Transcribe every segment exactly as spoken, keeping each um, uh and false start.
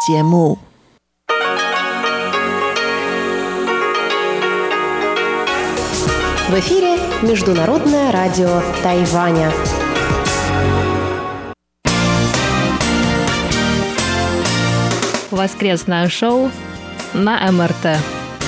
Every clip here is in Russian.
节目。 В эфире Международное радио Тайваня. Воскресное шоу на эм эр тэ.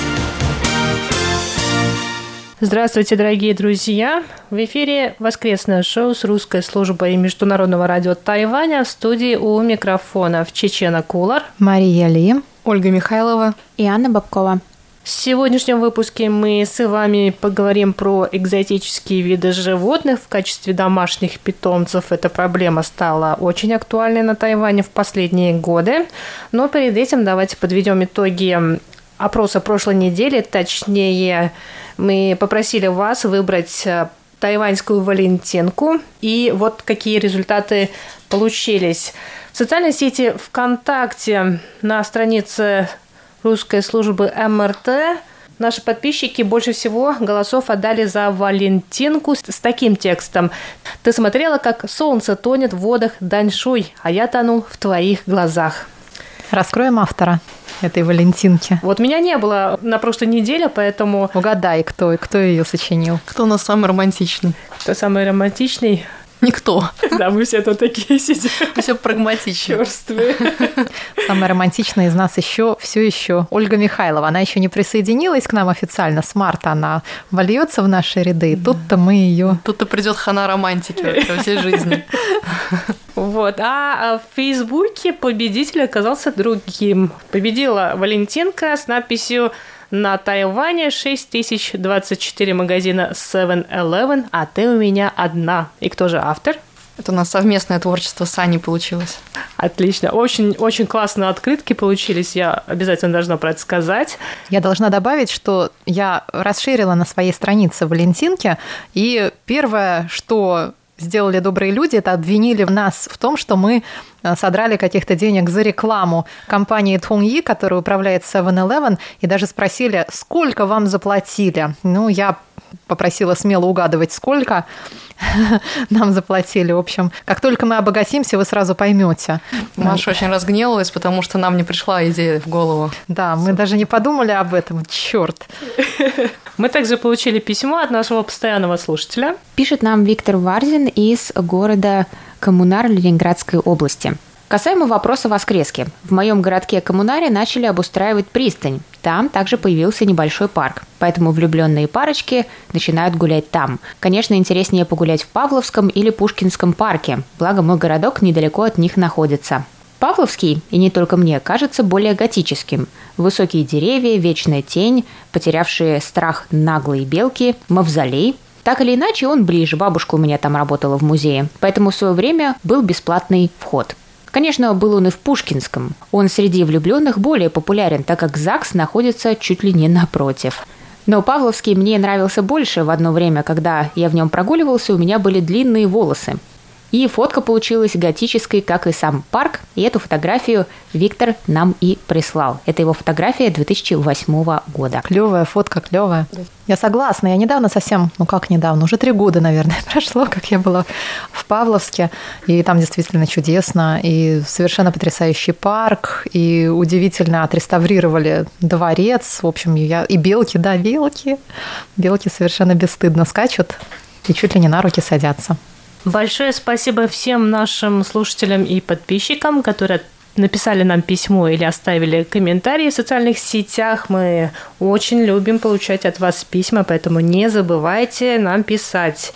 Здравствуйте, дорогие друзья! В эфире воскресное шоу с русской службой Международного радио Тайваня. В студии у микрофонов Чечена Кулар, Мария Ли, Ольга Михайлова и Анна Бабкова. В сегодняшнем выпуске мы с вами поговорим про экзотические виды животных в качестве домашних питомцев. Эта проблема стала очень актуальной на Тайване в последние годы. Но перед этим давайте подведем итоги опроса прошлой недели. Точнее, мы попросили вас выбрать тайваньскую валентинку. И вот какие результаты получились. В социальной сети ВКонтакте на странице русской службы эм эр тэ наши подписчики больше всего голосов отдали за Валентинку с таким текстом: «Ты смотрела, как солнце тонет в водах Даньшуй, а я тону в твоих глазах». Раскроем автора этой Валентинки. Вот меня не было на прошлой неделе, поэтому... Угадай, кто, кто ее сочинил. Кто у нас самый романтичный? Кто самый романтичный? Никто. Да, мы все тут такие сидим. Мы все прагматичные. Чёрствые. Самая романтичная из нас еще, все еще Ольга Михайлова. Она еще не присоединилась к нам официально. С марта она вольется в наши ряды. И тут-то мы ее. Тут-то придет хана романтики во всей жизни. Вот. А в Фейсбуке победитель оказался другим. Победила Валентинка с надписью: «На Тайване шесть тысяч двадцать четыре магазина севен элевен, а ты у меня одна». И кто же автор? Это у нас совместное творчество с Аней получилось. Отлично. Очень, очень классные открытки получились. Я обязательно должна про это сказать. Я должна добавить, что я расширила на своей странице Валентинки. И первое, что сделали добрые люди, это обвинили нас в том, что мы содрали каких-то денег за рекламу компании Туньи, которая управляет севен элевен, и даже спросили, сколько вам заплатили. Ну, я попросила смело угадывать, сколько нам заплатили. В общем, как только мы обогатимся, вы сразу поймете. Маша очень разгневалась, потому что нам не пришла идея в голову. Да, мы даже не подумали об этом. Черт. Мы также получили письмо от нашего постоянного слушателя. Пишет нам Виктор Варзин из города Коммунар Ленинградской области. Касаемо вопроса воскрески. В моем городке Коммунаре начали обустраивать пристань. Там также появился небольшой парк. Поэтому влюбленные парочки начинают гулять там. Конечно, интереснее погулять в Павловском или Пушкинском парке. Благо, мой городок недалеко от них находится. Павловский, и не только мне, кажется более готическим. Высокие деревья, вечная тень, потерявшие страх наглые белки, мавзолей. Так или иначе, он ближе. Бабушка у меня там работала в музее. Поэтому в свое время был бесплатный вход. Конечно, был он и в Пушкинском. Он среди влюбленных более популярен, так как ЗАГС находится чуть ли не напротив. Но Павловский мне нравился больше. В одно время, когда я в нем прогуливался, у меня были длинные волосы. И фотка получилась готической, как и сам парк. И эту фотографию Виктор нам и прислал. Это его фотография две тысячи восьмого года. Клевая фотка, клевая. Я согласна. Я недавно совсем, ну как недавно, уже три года, наверное, прошло, как я была в Павловске. И там действительно чудесно. И совершенно потрясающий парк. И удивительно отреставрировали дворец. В общем, я... и белки, да, белки. Белки совершенно бесстыдно скачут и чуть ли не на руки садятся. Большое спасибо всем нашим слушателям и подписчикам, которые написали нам письмо или оставили комментарии в социальных сетях. Мы очень любим получать от вас письма, поэтому не забывайте нам писать.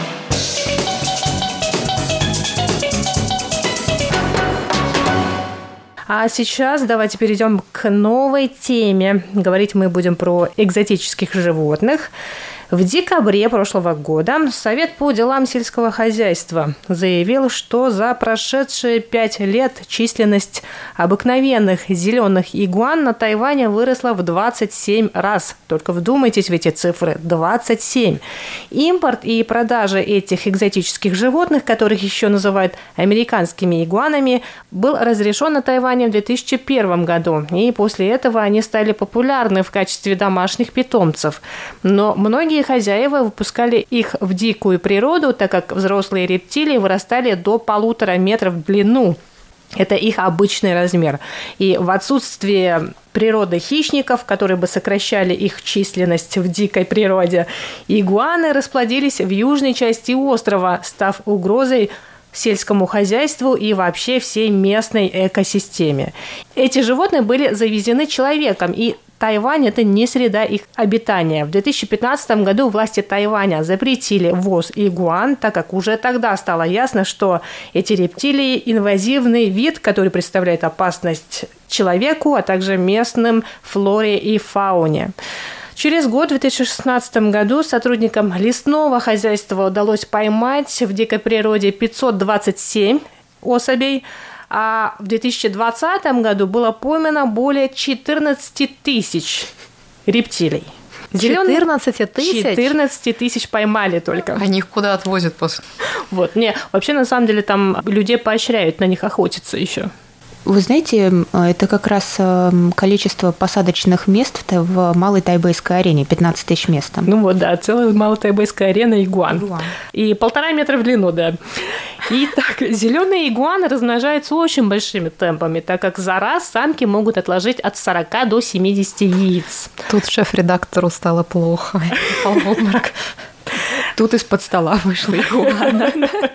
А сейчас давайте перейдем к новой теме. Говорить мы будем про экзотических животных. В декабре прошлого года Совет по делам сельского хозяйства заявил, что за прошедшие пять лет численность обыкновенных зеленых игуан на Тайване выросла в двадцать семь раз. Только вдумайтесь в эти цифры – двадцать семь. Импорт и продажа этих экзотических животных, которых еще называют американскими игуанами, был разрешен на Тайване в две тысячи первом году. И после этого они стали популярны в качестве домашних питомцев. Но многие хозяева выпускали их в дикую природу, так как взрослые рептилии вырастали до полутора метров в длину. Это их обычный размер. И в отсутствие природы хищников, которые бы сокращали их численность в дикой природе, игуаны расплодились в южной части острова, став угрозой сельскому хозяйству и вообще всей местной экосистеме. Эти животные были завезены человеком, и Тайвань – это не среда их обитания. В две тысячи пятнадцатом году власти Тайваня запретили ввоз игуан, так как уже тогда стало ясно, что эти рептилии – инвазивный вид, который представляет опасность человеку, а также местным флоре и фауне. Через год, в две тысячи шестнадцатом году, сотрудникам лесного хозяйства удалось поймать в дикой природе пятьсот двадцать семь особей, а в две тысячи двадцатом году было поймано более четырнадцать тысяч рептилий. четырнадцать тысяч? четырнадцать тысяч поймали только. Они их куда отвозят после? Вот, не, вообще, на самом деле, там людей поощряют на них охотиться еще. Вы знаете, это как раз количество посадочных мест в Малой Тайбэйской арене, пятнадцать тысяч мест. Ну вот, да, целая Малая Тайбэйская арена игуан. игуан. И полтора метра в длину, да. Итак, зеленые игуаны размножаются очень большими темпами, так как за раз самки могут отложить от сорока до семидесяти яиц. Тут шеф-редактору стало плохо. Тут из-под стола вышла игуана.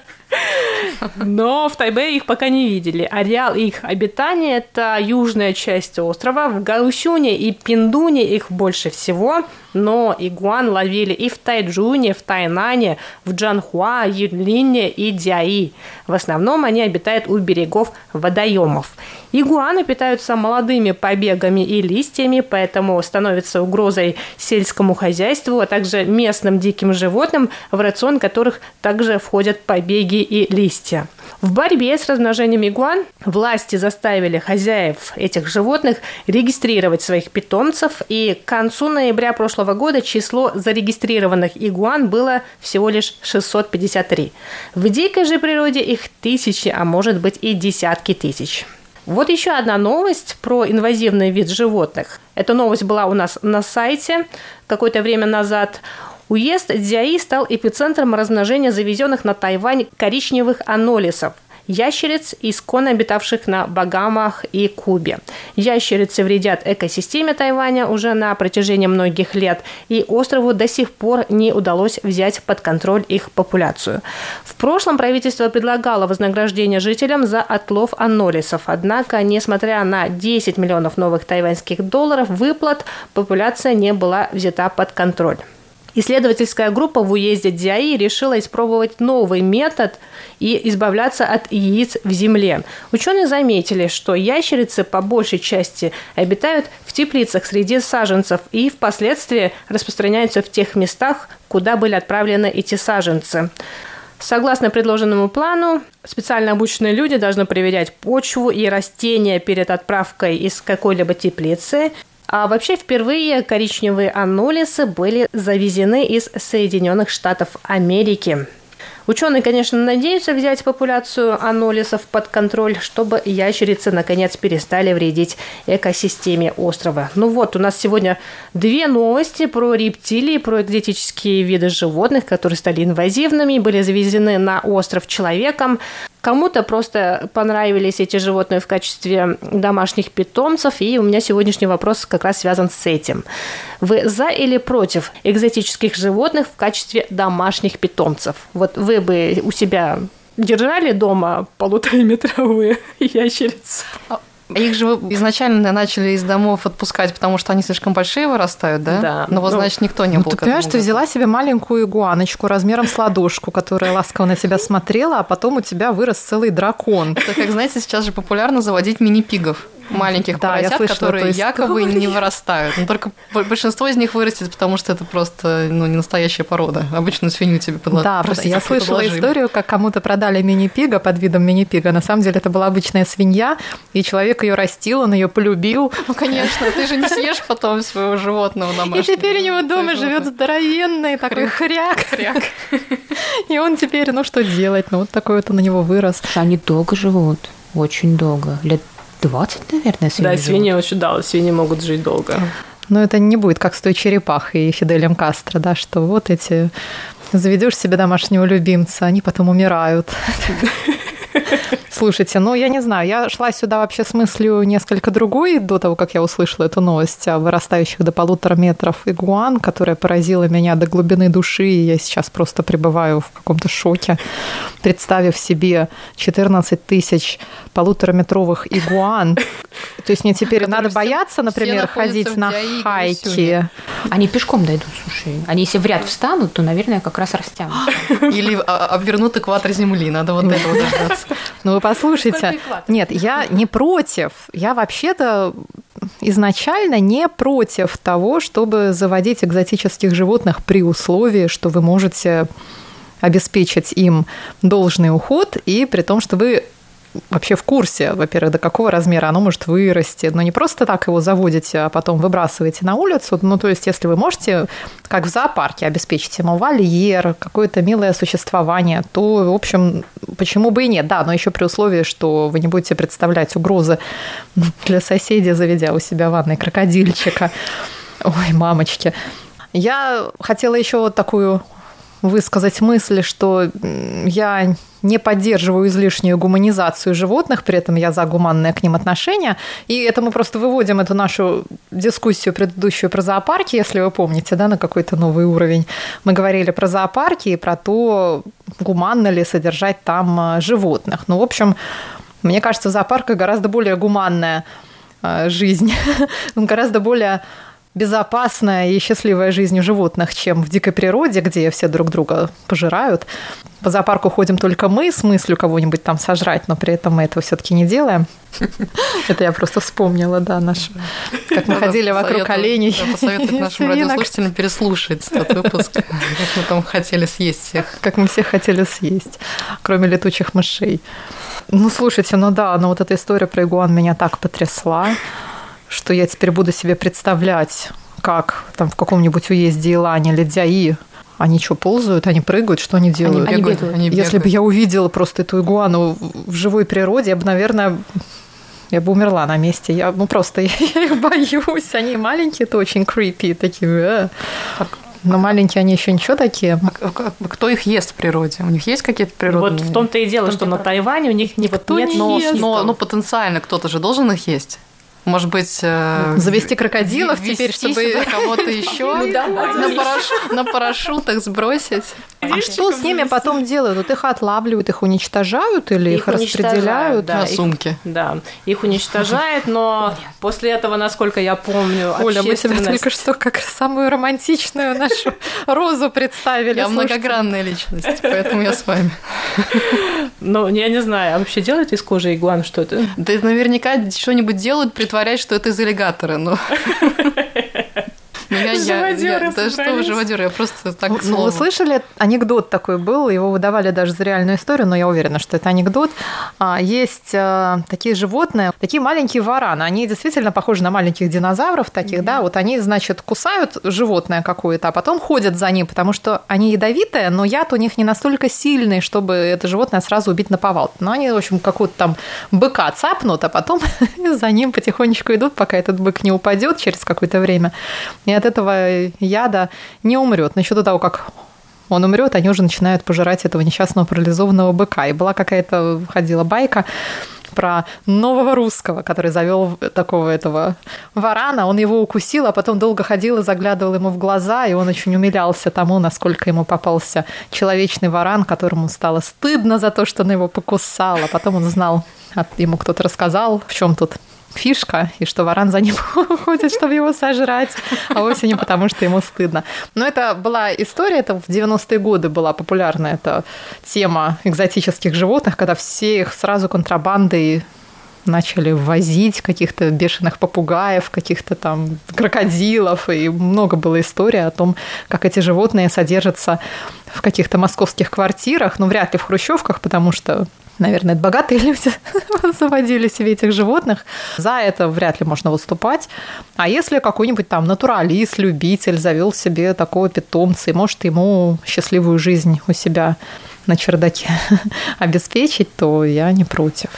Но в Тайбэе их пока не видели. Ареал их обитания – это южная часть острова. В Гаосюне и Пиндуне их больше всего, но игуан ловили и в Тайчжуне, в Тайнане, в Джанхуа, Юнлине и Дзяи. В основном они обитают у берегов водоемов. Игуаны питаются молодыми побегами и листьями, поэтому становятся угрозой сельскому хозяйству, а также местным диким животным, в рацион которых также входят побеги и листья. В борьбе с размножением игуан власти заставили хозяев этих животных регистрировать своих питомцев, и к концу ноября прошлого года число зарегистрированных игуан было всего лишь шестьсот пятьдесят три. В дикой же природе их тысячи, а может быть и десятки тысяч. Вот еще одна новость про инвазивный вид животных. Эта новость была у нас на сайте какое-то время назад. Уезд Дзяи стал эпицентром размножения завезенных на Тайвань коричневых анолисов, ящериц, исконно обитавших на Багамах и Кубе. Ящерицы вредят экосистеме Тайваня уже на протяжении многих лет, и острову до сих пор не удалось взять под контроль их популяцию. В прошлом правительство предлагало вознаграждение жителям за отлов анолисов, однако, несмотря на десять миллионов новых тайваньских долларов выплат, популяция не была взята под контроль. Исследовательская группа в уезде Дзяи решила испробовать новый метод и избавляться от яиц в земле. Ученые заметили, что ящерицы по большей части обитают в теплицах среди саженцев и впоследствии распространяются в тех местах, куда были отправлены эти саженцы. Согласно предложенному плану, специально обученные люди должны проверять почву и растения перед отправкой из какой-либо теплицы. А вообще впервые коричневые анолисы были завезены из Соединенных Штатов Америки. Ученые, конечно, надеются взять популяцию анолисов под контроль, чтобы ящерицы, наконец, перестали вредить экосистеме острова. Ну вот, у нас сегодня две новости про рептилии, про экзотические виды животных, которые стали инвазивными, были завезены на остров человеком. Кому-то просто понравились эти животные в качестве домашних питомцев, и у меня сегодняшний вопрос как раз связан с этим. Вы за или против экзотических животных в качестве домашних питомцев? Вот вы бы у себя держали дома полутораметровые ящерицы? Их же изначально начали из домов отпускать, потому что они слишком большие вырастают, да? Да. Но вот, ну, значит, никто не ну, был ты к этому понимаешь, ты взяла себе маленькую игуаночку размером с ладошку, которая ласково на тебя смотрела, а потом у тебя вырос целый дракон. Это как, знаете, сейчас же популярно заводить мини-пигов. Маленьких да, поросят, которые якобы не вырастают. Но только большинство из них вырастет, потому что это просто ну, не настоящая порода. Обычную свинью тебе подложили. Да, просто я слышала подложили. историю, как кому-то продали мини-пига под видом мини-пига. На самом деле это была обычная свинья, и человек ее растил, он ее полюбил. Ну, конечно, ты же не съешь потом своего животного домашнего. И теперь у него дома живет здоровенный такой хряк. Хряк. И он теперь, ну что делать? Ну, вот такой вот он на него вырос. Они долго живут, очень долго, лет двадцать, наверное, свиньи. Да, свиньи очень, да, свиньи могут жить долго. Но это не будет как с той черепахой и Фиделем Кастро, да, что вот эти заведешь себе домашнего любимца, они потом умирают. Слушайте, ну, я не знаю, я шла сюда вообще с мыслью несколько другой до того, как я услышала эту новость о вырастающих до полутора метров игуан, которая поразила меня до глубины души, и я сейчас просто пребываю в каком-то шоке, представив себе четырнадцать тысяч полутораметровых игуан. То есть мне теперь надо бояться, например, ходить на хайки. Они пешком дойдут, слушай. Они если в ряд встанут, то, наверное, как раз растянутся. Или обвернут экватор Земли, надо вот этого дождаться. Ну вы послушайте. Нет, я не против. Я вообще-то изначально не против того, чтобы заводить экзотических животных при условии, что вы можете обеспечить им должный уход, и при том, что вы вообще в курсе, во-первых, до какого размера оно может вырасти, но не просто так его заводите, а потом выбрасываете на улицу. Ну, то есть, если вы можете, как в зоопарке, обеспечить ему вольер, какое-то милое существование, то, в общем, почему бы и нет. Да, но еще при условии, что вы не будете представлять угрозы для соседей, заведя у себя в ванной крокодильчика. Ой, мамочки. Я хотела еще вот такую высказать мысль, что я не поддерживаю излишнюю гуманизацию животных, при этом я за гуманное к ним отношение. И это мы просто выводим эту нашу дискуссию предыдущую про зоопарки, если вы помните, да, на какой-то новый уровень. Мы говорили про зоопарки и про то, гуманно ли содержать там животных. Ну, в общем, мне кажется, в зоопарках гораздо более гуманная жизнь, гораздо более безопасная и счастливая жизнь у животных, чем в дикой природе, где все друг друга пожирают. По зоопарку ходим только мы с мыслью кого-нибудь там сожрать, но при этом мы этого все-таки не делаем. Это я просто вспомнила, да, наш, как мы ходили вокруг оленей. Посоветую нашим радиослушателям переслушать этот выпуск, как мы там хотели съесть всех. Как мы всех хотели съесть, кроме летучих мышей. Ну, слушайте, ну да, но вот эта история про игуан меня так потрясла, что я теперь буду себе представлять, как там в каком-нибудь уезде Илани или Дзяи они что, ползают, они прыгают, что они делают? Они бегают. Они бегают. Если бы я увидела просто эту игуану в живой природе, я бы, наверное, я бы умерла на месте. Я, ну, просто я, я их боюсь. Они маленькие-то очень creepy, такие. А. Но маленькие они еще ничего такие. А кто их ест в природе? У них есть какие-то природные? Вот в том-то и дело, что на Тайване у них не, вот нет, не но, но, но потенциально кто-то же должен их есть. Может быть, завести крокодилов теперь, чтобы кого-то еще на парашютах сбросить. А что с ними потом делают? Вот их отлавливают, их уничтожают или их, их распределяют? На сумки. Да, их уничтожают, но после этого, насколько я помню, Оля, мы тебе только что как самую романтичную нашу Розу представили. Я многогранная личность, поэтому я с вами. Ну, я не знаю, а вообще делают из кожи игуан что-то? Да наверняка что-нибудь делают, притворяясь, что это из аллигатора, но... Ну, я, живодеры я, да что вы, живодеры, я просто так Ну, слово. вы слышали, анекдот такой был, его выдавали даже за реальную историю, но я уверена, что это анекдот. Есть такие животные, такие маленькие вараны, они действительно похожи на маленьких динозавров таких, mm-hmm. да, вот они, значит, кусают животное какое-то, а потом ходят за ним, потому что они ядовитые, но яд у них не настолько сильный, чтобы это животное сразу убить наповал. Но они, в общем, какого-то там быка цапнут, а потом за ним потихонечку идут, пока этот бык не упадет через какое-то время. И от этого яда не умрет. Но еще до того, как он умрет, они уже начинают пожирать этого несчастного парализованного быка. И была какая-то, ходила байка про нового русского, который завел такого этого варана. Он его укусил, а потом долго ходил и заглядывал ему в глаза, и он очень умилялся тому, насколько ему попался человечный варан, которому стало стыдно за то, что он его покусал. А потом он знал, ему кто-то рассказал, в чем тут фишка, и что варан за ним ходит, чтобы его сожрать, а вовсе не потому, что ему стыдно. Но это была история, это в девяностые годы была популярна эта тема экзотических животных, когда все их сразу контрабандой начали ввозить, каких-то бешеных попугаев, каких-то там крокодилов, и много было историй о том, как эти животные содержатся в каких-то московских квартирах, ну, вряд ли в хрущевках, потому что, наверное, это богатые люди заводили себе этих животных. За это вряд ли можно выступать. А если какой-нибудь там натуралист, любитель завел себе такого питомца и может ему счастливую жизнь у себя на чердаке обеспечить, то я не против.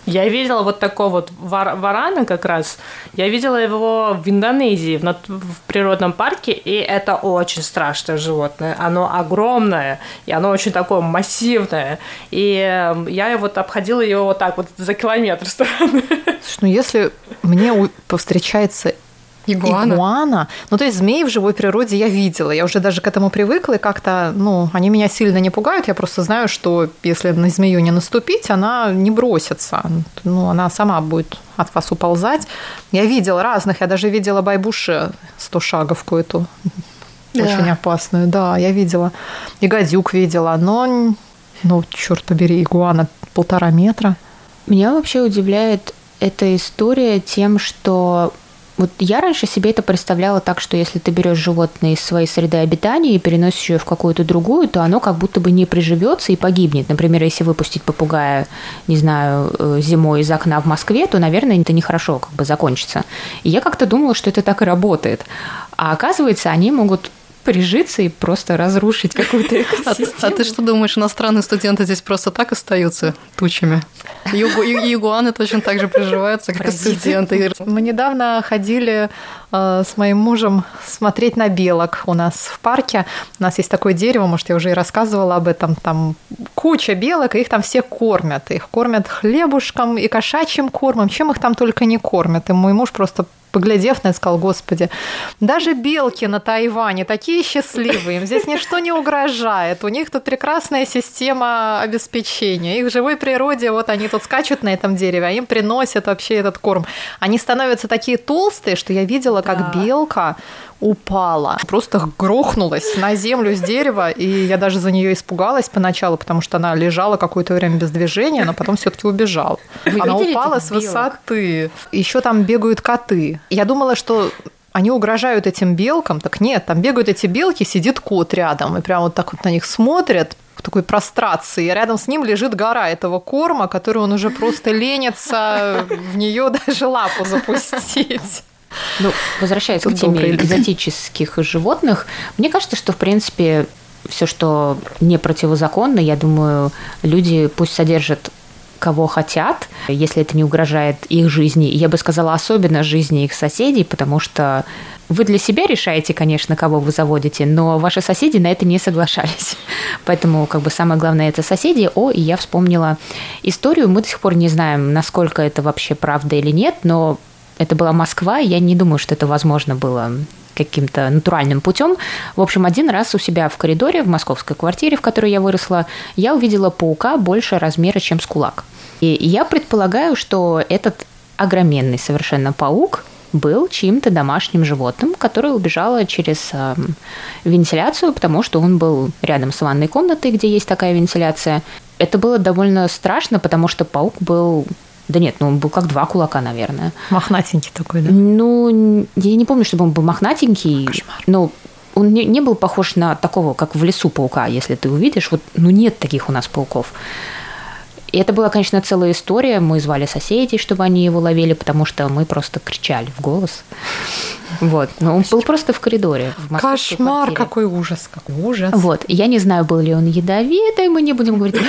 Я видела вот такого вот варана как раз. Я видела его в Индонезии, в, в природном парке, и это очень страшное животное. Оно огромное, и оно очень такое массивное. И я вот обходила его вот так вот за километр стороны. Слушай, ну если мне повстречается Игуана. Игуана. Ну, то есть змей в живой природе я видела. Я уже даже к этому привыкла, и как-то, ну, они меня сильно не пугают. Я просто знаю, что если на змею не наступить, она не бросится. Ну, она сама будет от вас уползать. Я видела разных. Я даже видела байбуши сто шаговку эту. Да. Очень опасную. Да, я видела. И гадюк видела. Но, ну, черт побери, игуана полтора метра. Меня вообще удивляет эта история тем, что вот я раньше себе это представляла так, что если ты берешь животное из своей среды обитания и переносишь ее в какую-то другую, то оно как будто бы не приживется и погибнет. Например, если выпустить попугая, не знаю, зимой из окна в Москве, то, наверное, это нехорошо как бы закончится. И я как-то думала, что это так и работает. А оказывается, они могут прижиться и просто разрушить какую-то экосистему. А, а ты что думаешь, иностранные студенты здесь просто так остаются тучами? Югу, и игуаны точно так же приживаются, как и студенты. Мы недавно ходили э, с моим мужем смотреть на белок у нас в парке. У нас есть такое дерево, может, я уже и рассказывала об этом. Там куча белок, и их там все кормят. Их кормят хлебушком и кошачьим кормом. Чем их там только не кормят. И мой муж просто, поглядев на это, сказал: Господи, даже белки на Тайване такие счастливые, им здесь ничто не угрожает, у них тут прекрасная система обеспечения, их в живой природе, вот они тут скачут на этом дереве, а им приносят вообще этот корм. Они становятся такие толстые, что я видела, как да. белка упала, просто грохнулась на землю с дерева, и я даже за нее испугалась поначалу, потому что она лежала какое-то время без движения, но потом все-таки убежала. Вы она упала с высоты. Еще там бегают коты. Я думала, что они угрожают этим белкам. Так нет, там бегают эти белки, сидит кот рядом, и прям вот так вот на них смотрят, в такой прострации. И рядом с ним лежит гора этого корма, который он уже просто ленится в нее даже лапу запустить. Ну, возвращаясь Тут к теме экзотических животных, мне кажется, что, в принципе, все, что не противозаконно, я думаю, люди пусть содержат кого хотят, если это не угрожает их жизни. Я бы сказала, особенно жизни их соседей, потому что вы для себя решаете, конечно, кого вы заводите, но ваши соседи на это не соглашались. Поэтому, как бы, самое главное – это соседи. О, и я вспомнила историю. Мы до сих пор не знаем, насколько это вообще правда или нет, но это была Москва, и я не думаю, что это возможно было каким-то натуральным путем. В общем, один раз у себя в коридоре в московской квартире, в которой я выросла, я увидела паука больше размера, чем с кулак. И я предполагаю, что этот огроменный совершенно паук был чьим-то домашним животным, которое убежало через э, вентиляцию, потому что он был рядом с ванной комнатой, где есть такая вентиляция. Это было довольно страшно, потому что паук был... Да нет, ну он был как два кулака, наверное. Мохнатенький такой, да? Ну, я не помню, чтобы он был мохнатенький. Кошмар. Но он не, не был похож на такого, как в лесу паука, если ты увидишь. Вот, ну, нет таких у нас пауков. И это была, конечно, целая история. Мы звали соседей, чтобы они его ловили, потому что мы просто кричали в голос. Вот. Но он был просто в коридоре. В Кошмар, квартире. Какой ужас, какой ужас. Вот. Я не знаю, был ли он ядовитый, мы не будем говорить.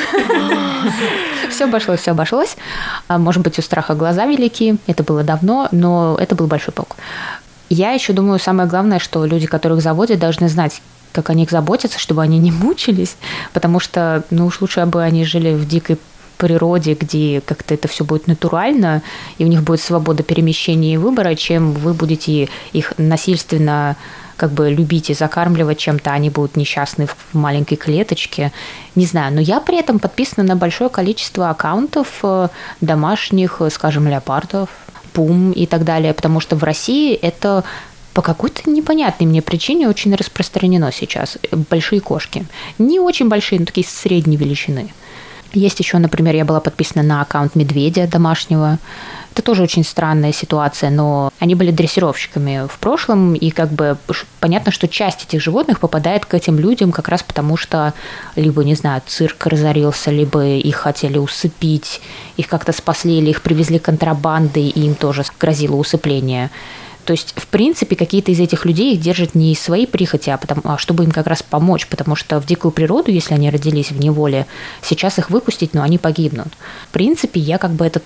Все обошлось, все обошлось. Может быть, у страха глаза велики. Это было давно, но это был большой паук. Я еще думаю, самое главное, что люди, которых заводят, должны знать, как о них заботиться, чтобы они не мучились, потому что, ну уж лучше бы они жили в дикой природе, где как-то это все будет натурально, и у них будет свобода перемещения и выбора, чем вы будете их насильственно как бы любить и закармливать чем-то, они будут несчастны в маленькой клеточке. Не знаю, но я при этом подписана на большое количество аккаунтов домашних, скажем, леопардов, пум и так далее, потому что в России это по какой-то непонятной мне причине очень распространено сейчас. Большие кошки. Не очень большие, но такие средней величины. Есть еще, например, я была подписана на аккаунт медведя домашнего. Это тоже очень странная ситуация, но они были дрессировщиками в прошлом, и как бы понятно, что часть этих животных попадает к этим людям как раз потому, что либо, не знаю, цирк разорился, либо их хотели усыпить, их как-то спасли, или их привезли контрабандой, и им тоже грозило усыпление. То есть, в принципе, какие-то из этих людей их держат не из своей прихоти, а, потому, а чтобы им как раз помочь, потому что в дикую природу, если они родились в неволе, сейчас их выпустить, но они погибнут. В принципе, я как бы это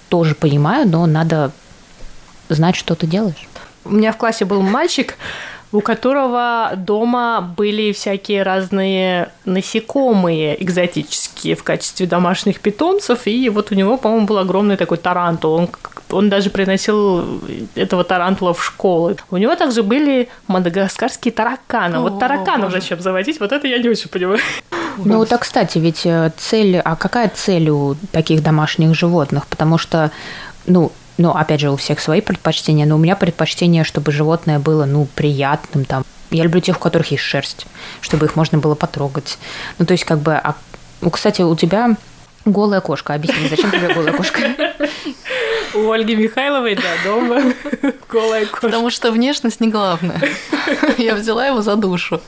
тоже понимаю, но надо знать, что ты делаешь. У меня в классе был мальчик, у которого дома были всякие разные насекомые экзотические в качестве домашних питомцев, и вот у него, по-моему, был огромный такой тарантул. Он, он даже приносил этого тарантула в школу. У него также были мадагаскарские тараканы. О, вот тараканов боже. Зачем заводить? Вот это я не очень понимаю. Ну, так, кстати, ведь цель... А какая цель у таких домашних животных? Потому что, ну... Ну, опять же, у всех свои предпочтения, но у меня предпочтение, чтобы животное было, ну, приятным, там. Я люблю тех, у которых есть шерсть, чтобы их можно было потрогать. Ну, то есть, как бы... А, ну, кстати, у тебя голая кошка. Объясни, зачем тебе голая кошка? У Ольги Михайловой, да, дома голая кошка. Потому что внешность не главное. Я взяла его за душу.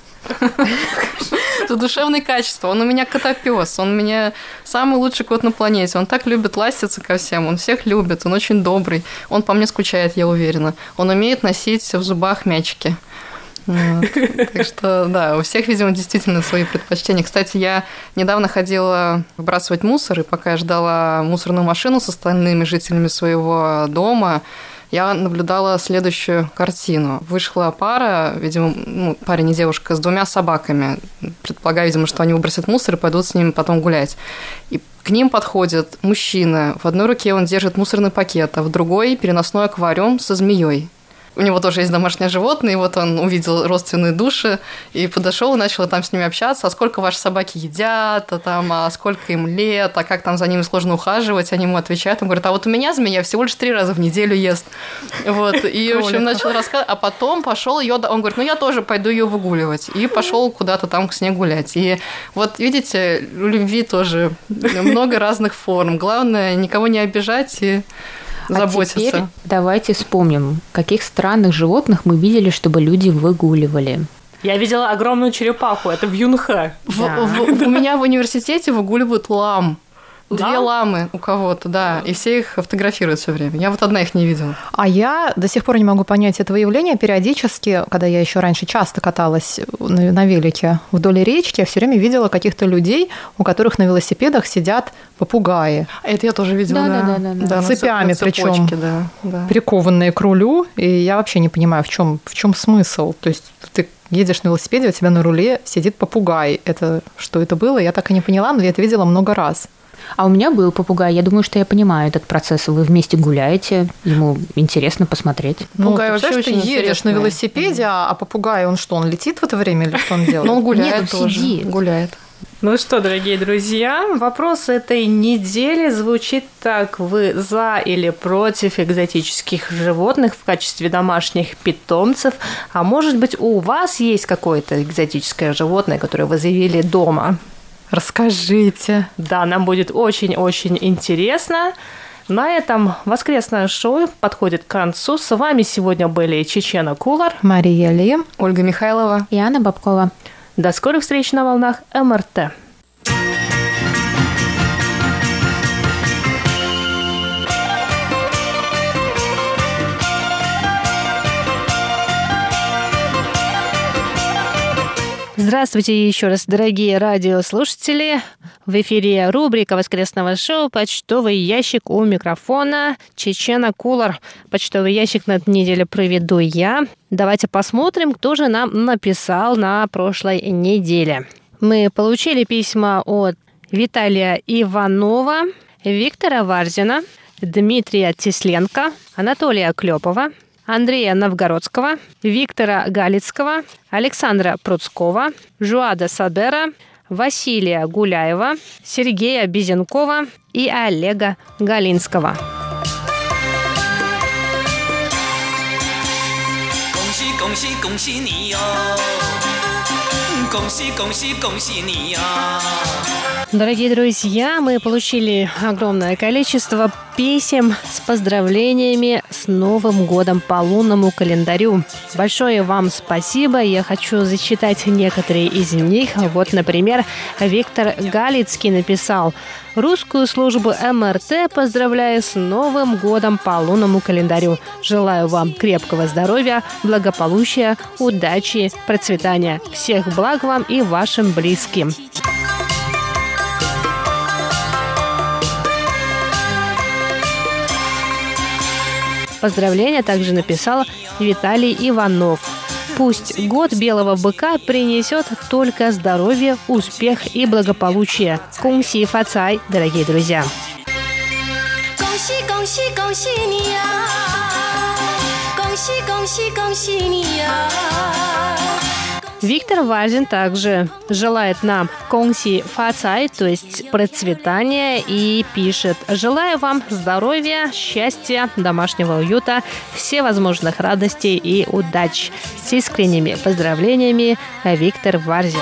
За душевные качества. Он у меня котопёс, он у меня самый лучший кот на планете. Он так любит ластиться ко всем, он всех любит, он очень добрый. Он по мне скучает, я уверена. Он умеет носить в зубах мячики. Вот. Так что, да, у всех, видимо, действительно свои предпочтения. Кстати, я недавно ходила выбрасывать мусор, и пока я ждала мусорную машину с остальными жителями своего дома, я наблюдала следующую картину. Вышла пара, видимо, ну, парень и девушка, с двумя собаками. Предполагаю, видимо, что они выбросят мусор и пойдут с ними потом гулять. И к ним подходит мужчина. В одной руке он держит мусорный пакет, а в другой переносной аквариум со змеей. У него тоже есть домашнее животное, и вот он увидел родственные души и подошел и начал там с ними общаться. А сколько ваши собаки едят, а, там, а сколько им лет, а как там за ними сложно ухаживать. Они ему отвечают, он говорит, а вот у меня змея всего лишь три раза в неделю ест. Вот. И, в общем, начал рассказывать. А потом пошел ее, он говорит, ну я тоже пойду ее выгуливать. И пошел куда-то там с ней гулять. И вот видите, у любви тоже много разных форм. Главное, никого не обижать и... заботиться. А теперь давайте вспомним, каких странных животных мы видели, чтобы люди выгуливали. Я видела огромную черепаху, это в Юнхэ. Да. В, в, у меня в университете выгуливают лам. Две ламы у кого-то, да, и все их фотографируют все время. Я вот одна их не видела. А я до сих пор не могу понять этого явления. Периодически, когда я еще раньше часто каталась на, на велике вдоль речки, я все время видела каких-то людей, у которых на велосипедах сидят попугаи. Это я тоже видела, да. Да, да, да, да. Да, цепями, причем да, да. прикованные к рулю. И я вообще не понимаю, в чем, в чем смысл. То есть ты едешь на велосипеде, у тебя на руле сидит попугай. Это что это было? Я так и не поняла, но я это видела много раз. А у меня был попугай. Я думаю, что я понимаю этот процесс. Вы вместе гуляете, ему интересно посмотреть. Ну, попугай ты вообще очень ты едешь на велосипеде, mm-hmm. а попугай, он что, он летит в это время или что он делает? Ну, он гуляет Нет, он тоже. сидит. Гуляет. Ну что, дорогие друзья, вопрос этой недели звучит так. Вы за или против экзотических животных в качестве домашних питомцев? А может быть, у вас есть какое-то экзотическое животное, которое вы завели дома? Расскажите. Да, нам будет очень-очень интересно. На этом воскресное шоу подходит к концу. С вами сегодня были Чечена Кулар, Мария Ли, Ольга Михайлова и Анна Бабкова. До скорых встреч на волнах эм эр тэ. Здравствуйте еще раз, дорогие радиослушатели. В эфире рубрика воскресного шоу «Почтовый ящик», у микрофона Чечена Кулар. Почтовый ящик на этой неделе проведу я. Давайте посмотрим, кто же нам написал на прошлой неделе. Мы получили письма от Виталия Иванова, Виктора Варзина, Дмитрия Тесленко, Анатолия Клепова, Андрея Новгородского, Виктора Галицкого, Александра Пруцкого, Жуада Садера, Василия Гуляева, Сергея Безенкова и Олега Галинского. Дорогие друзья, мы получили огромное количество писем с поздравлениями с Новым годом по лунному календарю. Большое вам спасибо. Я хочу зачитать некоторые из них. Вот, например, Виктор Галицкий написал: «Русскую службу эм эр тэ поздравляю с Новым годом по лунному календарю. Желаю вам крепкого здоровья, благополучия, удачи, процветания. Всех благ вам и вашим близким». Поздравления также написал Виталий Иванов. Пусть год белого быка принесет только здоровье, успех и благополучие. Кунси фацай, дорогие друзья! Виктор Варзин также желает нам конси фацай, то есть процветания, и пишет: «Желаю вам здоровья, счастья, домашнего уюта, всевозможных радостей и удач». С искренними поздравлениями, Виктор Варзин.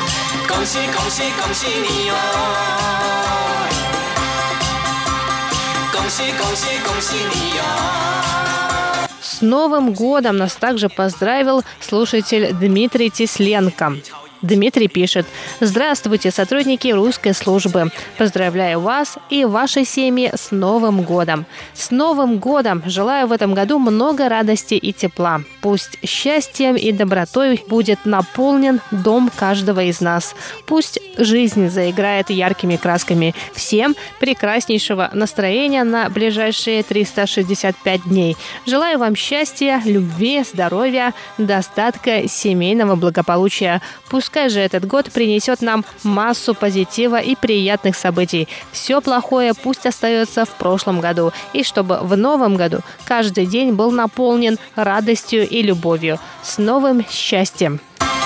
С Новым годом нас также поздравил слушатель Дмитрий Тесленко. Дмитрий пишет: «Здравствуйте, сотрудники русской службы. Поздравляю вас и ваши семьи с Новым годом. С Новым годом! Желаю в этом году много радости и тепла. Пусть счастьем и добротой будет наполнен дом каждого из нас. Пусть жизнь заиграет яркими красками. Всем прекраснейшего настроения на ближайшие триста шестьдесят пять дней. Желаю вам счастья, любви, здоровья, достатка, семейного благополучия. Пускай же этот год принесет нам массу позитива и приятных событий. Все плохое пусть остается в прошлом году. И чтобы в новом году каждый день был наполнен радостью и любовью. С новым счастьем!»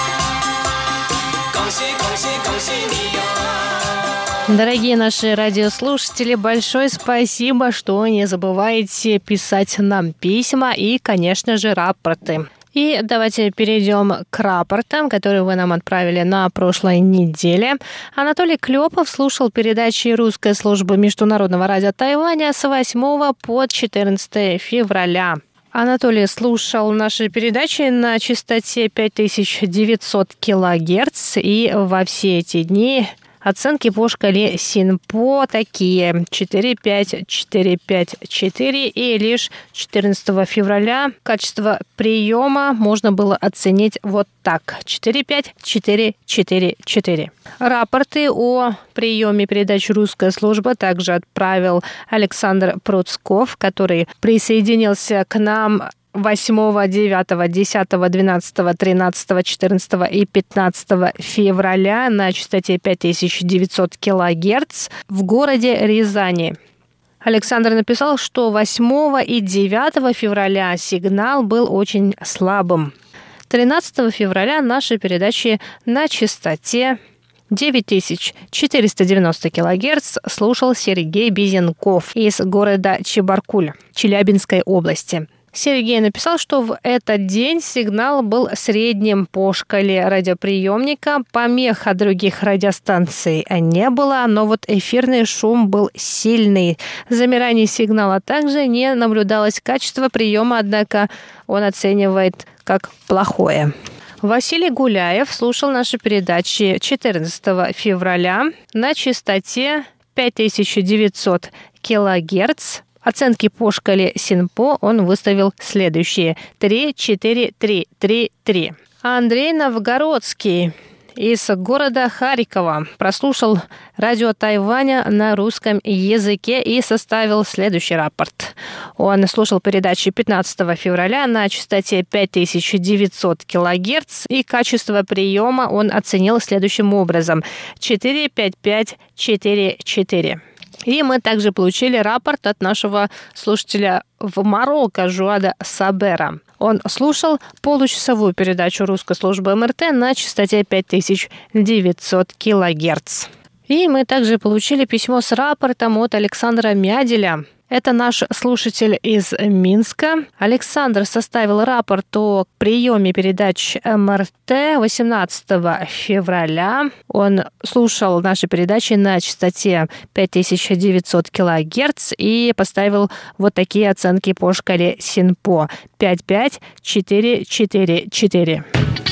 Дорогие наши радиослушатели, большое спасибо, что не забываете писать нам письма и, конечно же, рапорты. И давайте перейдем к рапортам, которые вы нам отправили на прошлой неделе. Анатолий Клепов слушал передачи русской службы Международного радио Тайваня с восьмого по четырнадцатое февраля. Анатолий слушал наши передачи на частоте пять тысяч девятьсот килогерц, и во все эти дни оценки по шкале Синпо такие: четыре пять, четыре пять, четыре, и лишь четырнадцатого февраля качество приема можно было оценить вот так: четыре пять, четыре четыре четыре. Рапорты о приеме передач «Русская служба» также отправил Александр Пруцков, который присоединился к нам восьмого, девятого, десятого, двенадцатого, тринадцатого, четырнадцатого и пятнадцатого февраля на частоте пять тысяч девятьсот килогерц в городе Рязани. Александр написал, что восьмого и девятого февраля сигнал был очень слабым. тринадцатого февраля наши передачи на частоте девять тысяч четыреста девяносто килогерц слушал Сергей Безенков из города Чебаркуль Челябинской области. Сергей написал, что в этот день сигнал был средним по шкале радиоприемника, помех от других радиостанций не было, но вот эфирный шум был сильный. Замираний сигнала также не наблюдалось. Качество приема, однако, он оценивает как плохое. Василий Гуляев слушал наши передачи четырнадцатого февраля на частоте пять тысяч девятьсот килогерц. Оценки по шкале Синпо он выставил следующие: три, четыре, три, три, три. Андрей Новгородский из города Харькова прослушал радио Тайваня на русском языке и составил следующий рапорт. Он слушал передачи пятнадцатого февраля на частоте пять тысяч девятьсот килогерц, и качество приема он оценил следующим образом: четыре пять пять четыре четыре. И мы также получили рапорт от нашего слушателя в Марокко Жуада Сабера. Он слушал получасовую передачу русской службы МРТ на частоте пять тысяч девятьсот килогерц. И мы также получили письмо с рапортом от Александра Мяделя. Это наш слушатель из Минска. Александр составил рапорт о приеме передач МРТ восемнадцатого февраля. Он слушал наши передачи на частоте пять тысяч девятьсот килогерц и поставил вот такие оценки по шкале Синпо: пять пять, четыре четыре четыре.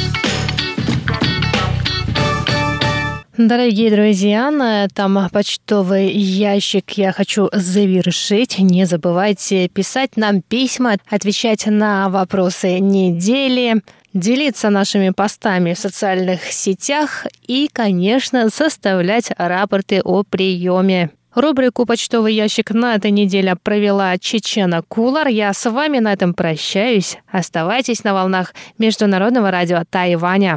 Дорогие друзья, на этом почтовый ящик я хочу завершить. Не забывайте писать нам письма, отвечать на вопросы недели, делиться нашими постами в социальных сетях и, конечно, составлять рапорты о приеме Рубрику «Почтовый ящик» на этой неделе провела Чечена Кулар. Я с вами на этом прощаюсь. Оставайтесь на волнах Международного радио Тайваня.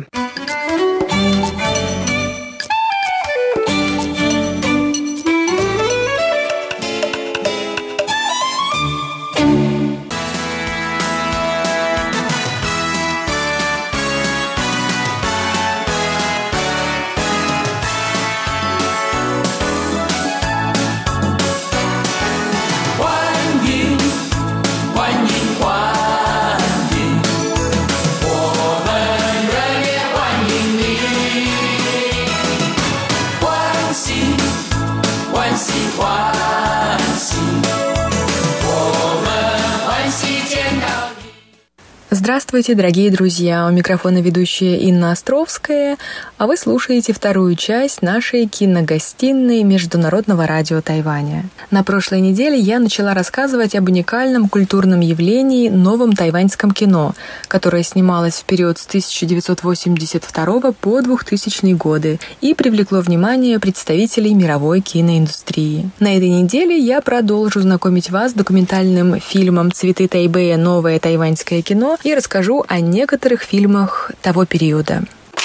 Здравствуйте, дорогие друзья! У микрофона ведущая Инна Островская, а вы слушаете вторую часть нашей киногостиной Международного радио Тайваня. На прошлой неделе я начала рассказывать об уникальном культурном явлении новом тайваньском кино, которое снималось в период с тысяча девятьсот восемьдесят второго по двухтысячные годы и привлекло внимание представителей мировой киноиндустрии. На этой неделе я продолжу знакомить вас с документальным фильмом «Цветы Тайбэя. Новое тайваньское кино» и расскажу о некоторых фильмах того периода.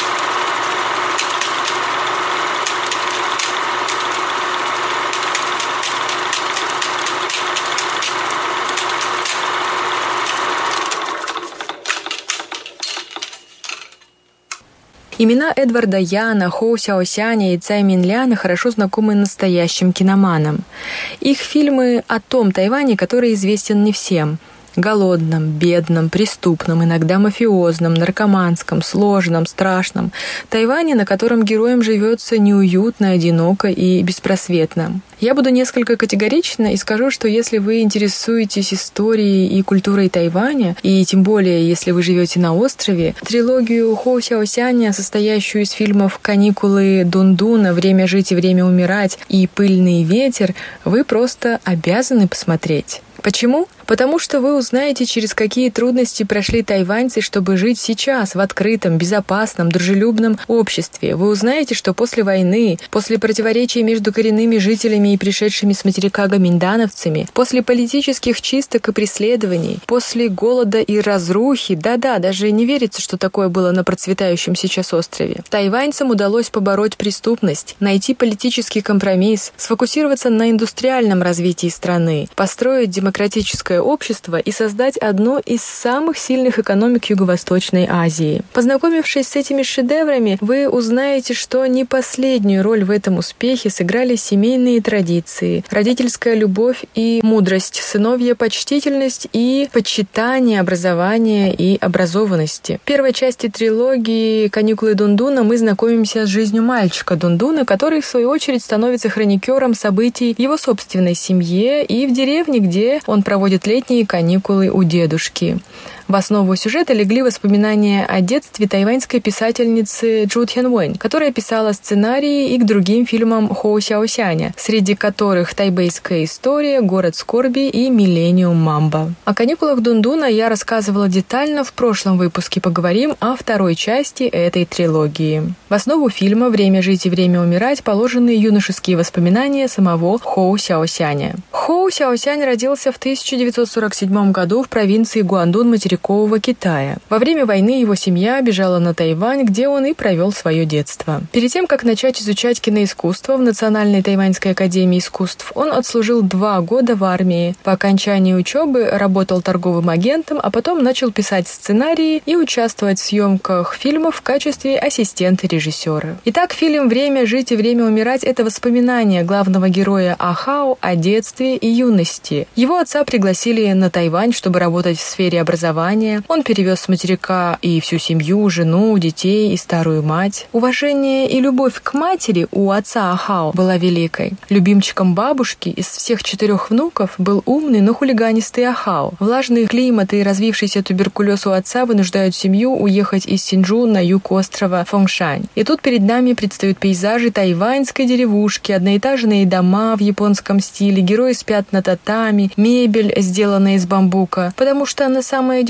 Имена Эдварда Яна, Хоу Сяосяня и Цай Минляна хорошо знакомы настоящим киноманам. Их фильмы о том Тайване, который известен не всем. Голодном, бедном, преступном, иногда мафиозном, наркоманском, сложном, страшном. Тайване, на котором героям живется неуютно, одиноко и беспросветно. Я буду несколько категорична и скажу, что если вы интересуетесь историей и культурой Тайваня, и тем более, если вы живете на острове, трилогию Хоу Сяосяня, состоящую из фильмов «Каникулы Дундуна», «Время жить и время умирать» и «Пыльный ветер», вы просто обязаны посмотреть. Почему? Потому что вы узнаете, через какие трудности прошли тайваньцы, чтобы жить сейчас в открытом, безопасном, дружелюбном обществе. Вы узнаете, что после войны, после противоречий между коренными жителями и пришедшими с материка гоминдановцами, после политических чисток и преследований, после голода и разрухи, да-да, даже не верится, что такое было на процветающем сейчас острове, тайваньцам удалось побороть преступность, найти политический компромисс, сфокусироваться на индустриальном развитии страны, построить демократическое общество и создать одну из самых сильных экономик Юго-Восточной Азии. Познакомившись с этими шедеврами, вы узнаете, что не последнюю роль в этом успехе сыграли семейные традиции, родительская любовь и мудрость, сыновья почтительность и почитание образования и образованности. В первой части трилогии «Каникулы Дундуна» мы знакомимся с жизнью мальчика Дундуна, который, в свою очередь, становится хроникером событий в его собственной семье и в деревне, где он проводит летние каникулы у дедушки. В основу сюжета легли воспоминания о детстве тайваньской писательницы Чжу Тяньвэнь, которая писала сценарии и к другим фильмам Хоу Сяосяня, среди которых «Тайбэйская история», «Город скорби» и «Миллениум Мамба». О каникулах Дундуна я рассказывала детально в прошлом выпуске. Поговорим о второй части этой трилогии. В основу фильма «Время жить и время умирать» положены юношеские воспоминания самого Хоу Сяосяня. Хоу Сяосянь родился в тысяча девятьсот сорок седьмом году в провинции Гуандун материкового Китая. Во время войны его семья бежала на Тайвань, где он и провел свое детство. Перед тем, как начать изучать киноискусство в Национальной тайваньской академии искусств, он отслужил два года в армии. По окончании учебы работал торговым агентом, а потом начал писать сценарии и участвовать в съемках фильмов в качестве ассистента режиссера. Итак, фильм «Время жить и время умирать» — это воспоминания главного героя Ахао о детстве и юности. Его отца пригласили на Тайвань, чтобы работать в сфере образования. Он перевез с материка и всю семью, жену, детей и старую мать. Уважение и любовь к матери у отца Ахао была великой. Любимчиком бабушки из всех четырех внуков был умный, но хулиганистый Ахао. Влажный климат и развившийся туберкулез у отца вынуждают семью уехать из Синджу на юг острова Фонгшань. И тут перед нами предстают пейзажи тайваньской деревушки, одноэтажные дома в японском стиле, герои спят на татами, мебель, сделанная из бамбука, потому что она самая дешевая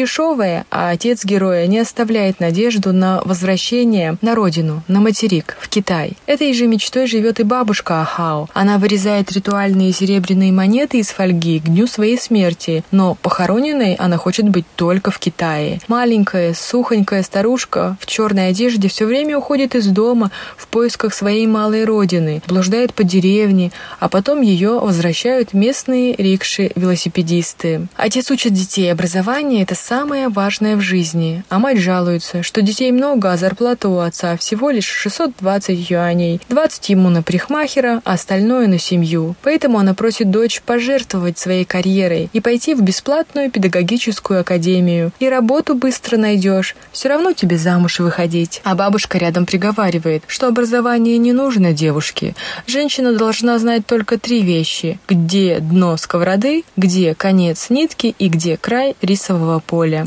трешовая, а отец героя не оставляет надежду на возвращение на родину, на материк, в Китай. Этой же мечтой живет и бабушка Ахао. Она вырезает ритуальные серебряные монеты из фольги к дню своей смерти, но похороненной она хочет быть только в Китае. Маленькая, сухонькая старушка в черной одежде все время уходит из дома в поисках своей малой родины, блуждает по деревне, а потом ее возвращают местные рикши-велосипедисты. Отец учит детей, образование – это самое важное в жизни, а мать жалуется, что детей много, а зарплата у отца всего лишь шестьсот двадцать юаней, двадцать ему на парикмахера, а остальное на семью. Поэтому она просит дочь пожертвовать своей карьерой и пойти в бесплатную педагогическую академию. И работу быстро найдешь, все равно тебе замуж выходить. А бабушка рядом приговаривает, что образование не нужно девушке. Женщина должна знать только три вещи: где дно сковороды, где конец нитки и где край рисового поля.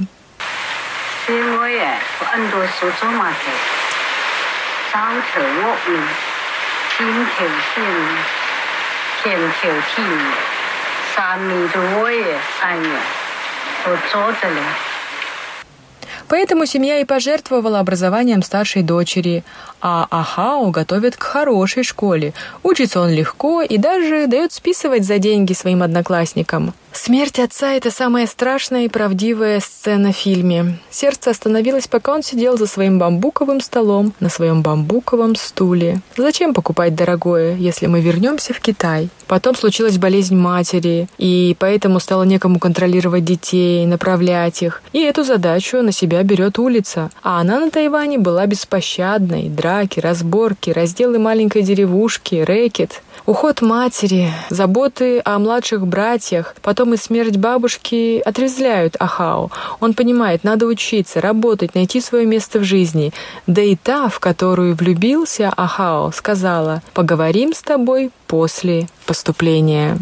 Поэтому семья и пожертвовала образованием старшей дочери, а Ахао готовят к хорошей школе. Учится он легко и даже дает списывать за деньги своим одноклассникам. Смерть отца – это самая страшная и правдивая сцена в фильме. Сердце остановилось, пока он сидел за своим бамбуковым столом на своем бамбуковом стуле. Зачем покупать дорогое, если мы вернемся в Китай? Потом случилась болезнь матери, и поэтому стало некому контролировать детей, направлять их. И эту задачу на себя берет улица. А она на Тайване была беспощадной. Драки, разборки, разделы маленькой деревушки, рэкет. Уход матери, заботы о младших братьях, потом и смерть бабушки отрезвляют Ахао. Он понимает, надо учиться, работать, найти свое место в жизни. Да и та, в которую влюбился Ахао, сказала: «Поговорим с тобой после поступления».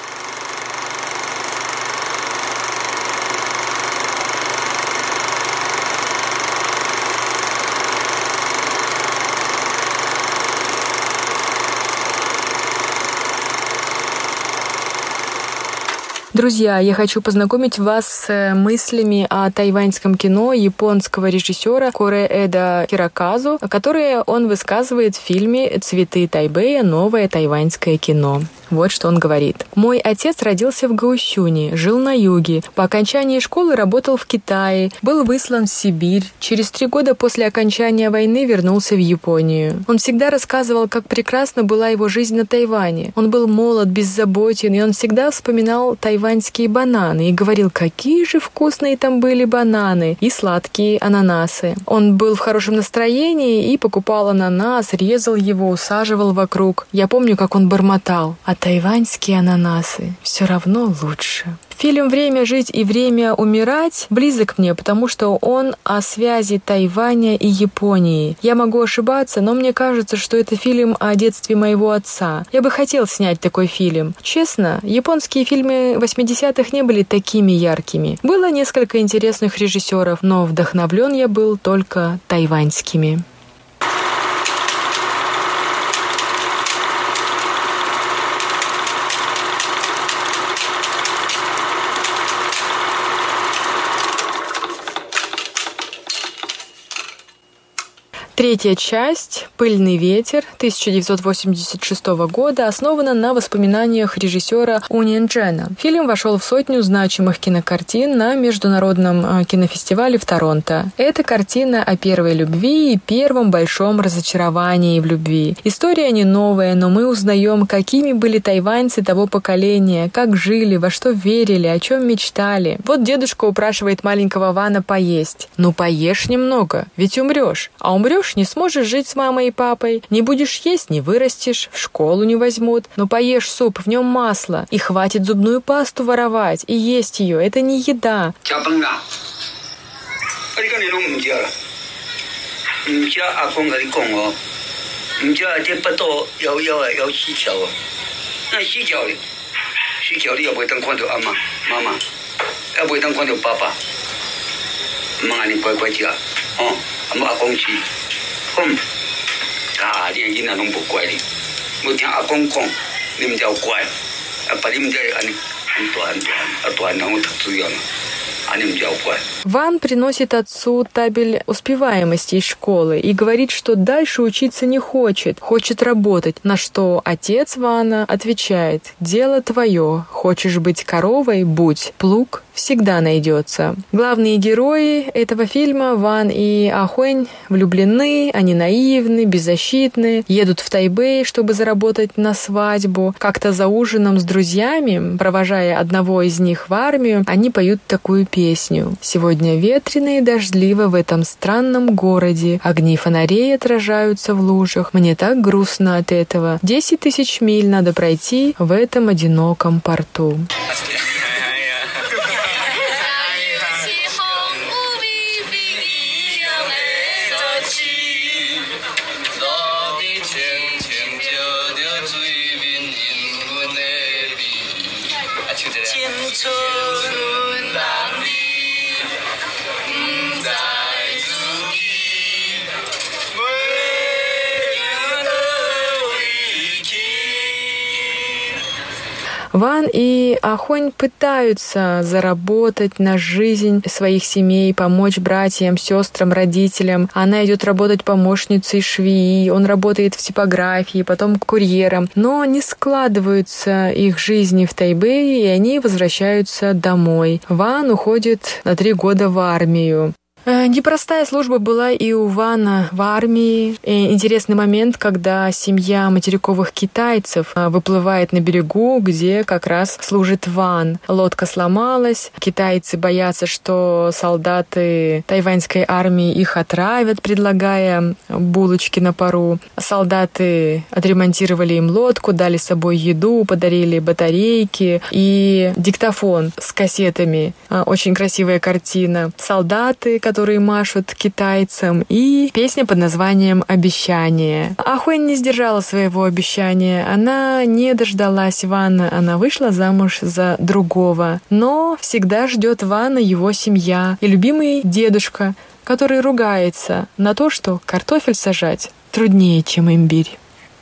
Друзья, я хочу познакомить вас с мыслями о тайваньском кино японского режиссера Кореэда Хироказу, которые он высказывает в фильме «Цветы Тайбэя. Новое тайваньское кино». Вот что он говорит. «Мой отец родился в Гаосюне, жил на юге. По окончании школы работал в Китае, был выслан в Сибирь. Через три года после окончания войны вернулся в Японию. Он всегда рассказывал, как прекрасна была его жизнь на Тайване. Он был молод, беззаботен, и он всегда вспоминал тайваньские бананы и говорил, какие же вкусные там были бананы и сладкие ананасы. Он был в хорошем настроении и покупал ананас, резал его, усаживал вокруг. Я помню, как он бормотал: а тайваньские ананасы все равно лучше». Фильм «Время жить и время умирать» близок мне, потому что он о связи Тайваня и Японии. Я могу ошибаться, но мне кажется, что это фильм о детстве моего отца. Я бы хотел снять такой фильм. Честно, японские фильмы восьмидесятых не были такими яркими. Было несколько интересных режиссеров, но вдохновлен я был только тайваньскими. Третья часть «Пыльный ветер» тысяча девятьсот восемьдесят шестого года основана на воспоминаниях режиссера Унин Джена. Фильм вошел в сотню значимых кинокартин на международном кинофестивале в Торонто. Это картина о первой любви и первом большом разочаровании в любви. История не новая, но мы узнаем, какими были тайваньцы того поколения, как жили, во что верили, о чем мечтали. Вот дедушка упрашивает маленького Вана поесть. Ну поешь немного, ведь умрешь. А умрешь — не сможешь жить с мамой и папой. Не будешь есть — не вырастешь, в школу не возьмут. Но поешь суп, в нем масло. И хватит зубную пасту воровать и есть ее. Это не еда. Hum, ah, dia ni nak nombor kuai ni. Mungkin akong kong, ni menjauh kuai. Apa ni menjauh ani, antuan, antuan, antuan nak tak tujuan. Ван приносит отцу табель успеваемости из школы и говорит, что дальше учиться не хочет, хочет работать, на что отец Вана отвечает: «Дело твое, хочешь быть коровой – будь, плуг всегда найдется». Главные герои этого фильма Ван и Ахуэнь влюблены, они наивны, беззащитны, едут в Тайбэй, чтобы заработать на свадьбу. Как-то за ужином с друзьями, провожая одного из них в армию, они поют такую песню: «Сегодня ветрено и дождливо в этом странном городе, огни фонарей отражаются в лужах, мне так грустно от этого, десять тысяч миль надо пройти в этом одиноком порту». Ван и Ахуэнь пытаются заработать на жизнь своих семей, помочь братьям, сестрам, родителям. Она идет работать помощницей швеи, он работает в типографии, потом курьером. Но не складываются их жизни в Тайбэе, и они возвращаются домой. Ван уходит на три года в армию. Непростая служба была и у Вана в армии. И интересный момент, когда семья материковых китайцев выплывает на берегу, где как раз служит Ван. Лодка сломалась, китайцы боятся, что солдаты тайваньской армии их отравят, предлагая булочки на пару. Солдаты отремонтировали им лодку, дали с собой еду, подарили батарейки и диктофон с кассетами. Очень красивая картина. Солдаты, которые машут китайцам, и песня под названием «Обещание». Ахуэнь не сдержала своего обещания. Она не дождалась Вана, она вышла замуж за другого. Но всегда ждет Вана его семья и любимый дедушка, который ругается на то, что картофель сажать труднее, чем имбирь.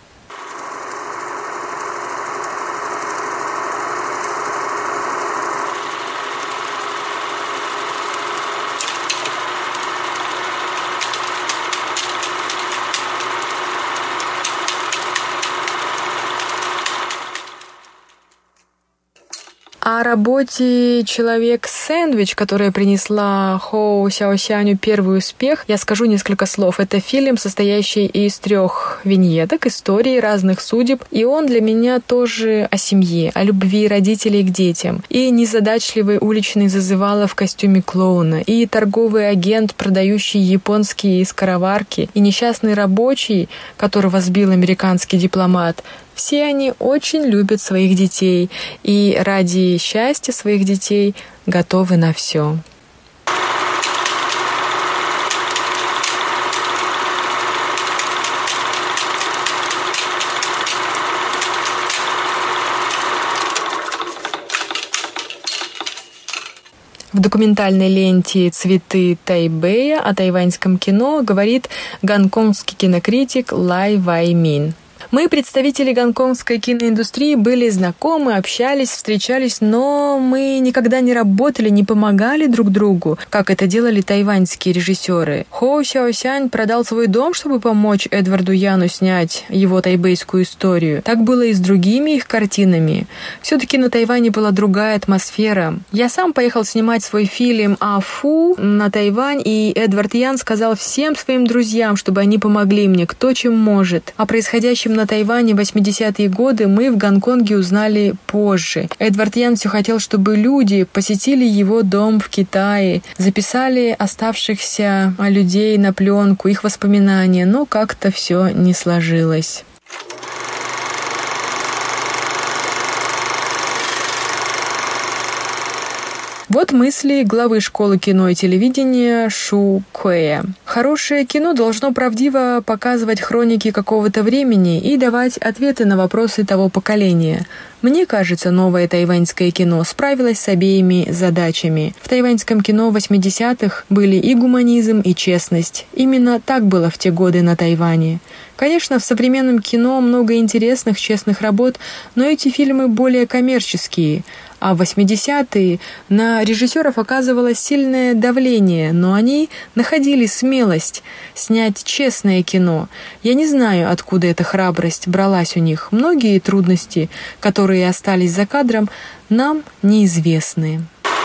О работе «Человек-сэндвич», которая принесла Хоу Сяосяню первый успех, я скажу несколько слов. Это фильм, состоящий из трех виньеток, историй разных судеб, и он для меня тоже о семье, о любви родителей к детям. И незадачливый уличный зазывало в костюме клоуна, и торговый агент, продающий японские скороварки, и несчастный рабочий, которого сбил американский дипломат. Все они очень любят своих детей и ради счастья своих детей готовы на все. В документальной ленте «Цветы Тайбэя» о тайваньском кино говорит гонконгский кинокритик Лай Вай Мин. Мы, представители гонконгской киноиндустрии, были знакомы, общались, встречались, но мы никогда не работали, не помогали друг другу, как это делали тайваньские режиссеры. Хоу Сяосянь продал свой дом, чтобы помочь Эдварду Яну снять его тайбэйскую историю. Так было и с другими их картинами. Все-таки на Тайване была другая атмосфера. Я сам поехал снимать свой фильм «Афу» на Тайвань, и Эдвард Ян сказал всем своим друзьям, чтобы они помогли мне, кто чем может. О происходящем на Тайване в восьмидесятые годы мы в Гонконге узнали позже. Эдвард Ян все хотел, чтобы люди посетили его дом в Китае, записали оставшихся людей на пленку, их воспоминания, но как-то все не сложилось. Вот мысли главы школы кино и телевидения Шу Куэя. Хорошее кино должно правдиво показывать хроники какого-то времени и давать ответы на вопросы того поколения. Мне кажется, новое тайваньское кино справилось с обеими задачами. В тайваньском кино восьмидесятых были и гуманизм, и честность. Именно так было в те годы на Тайване. Конечно, в современном кино много интересных, честных работ, но эти фильмы более коммерческие. А в восьмидесятые на режиссеров оказывалось сильное давление, но они находили смелость снять честное кино. Я не знаю, откуда эта храбрость бралась у них. Многие трудности, которые остались за кадром, нам неизвестны.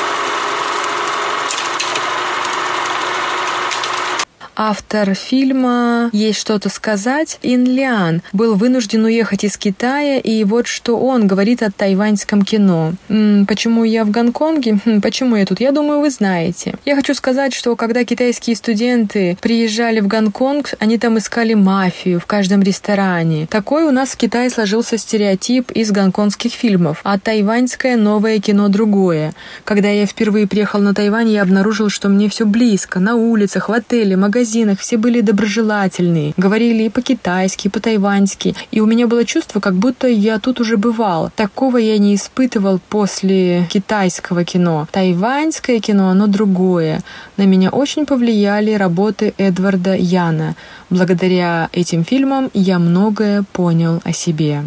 Автор фильма «Есть что-то сказать» Ин Лян был вынужден уехать из Китая, и вот что он говорит о тайваньском кино. М-м, почему я в Гонконге? Хм, почему я тут? Я думаю, вы знаете. Я хочу сказать, что когда китайские студенты приезжали в Гонконг, они там искали мафию в каждом ресторане. Такой у нас в Китае сложился стереотип из гонконгских фильмов, а тайваньское новое кино другое. Когда я впервые приехал на Тайвань, я обнаружил, что мне все близко. На улицах, в отеле, магазинах все были доброжелательные, говорили и по-китайски, и по-тайваньски, и у меня было чувство, как будто я тут уже бывал. Такого я не испытывал после китайского кино. Тайваньское кино, оно другое. На меня очень повлияли работы Эдварда Яна. Благодаря этим фильмам я многое понял о себе.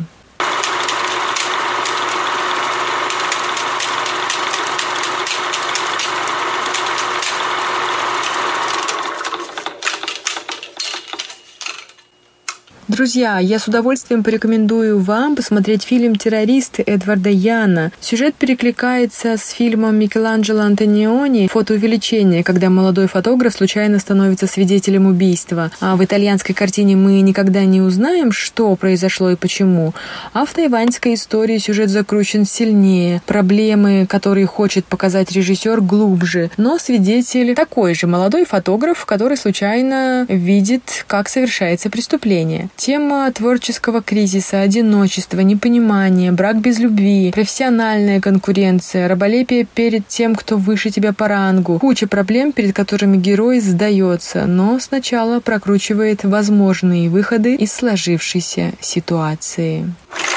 Друзья, я с удовольствием порекомендую вам посмотреть фильм «Террористы» Эдварда Яна. Сюжет перекликается с фильмом Микеланджело Антониони «Фотоувеличение», когда молодой фотограф случайно становится свидетелем убийства. А в итальянской картине мы никогда не узнаем, что произошло и почему. А в тайваньской истории сюжет закручен сильнее. Проблемы, которые хочет показать режиссер, глубже. Но свидетель такой же молодой фотограф, который случайно видит, как совершается преступление. Тема творческого кризиса, одиночества, непонимания, брак без любви, профессиональная конкуренция, раболепие перед тем, кто выше тебя по рангу. Куча проблем, перед которыми герой сдается, но сначала прокручивает возможные выходы из сложившейся ситуации.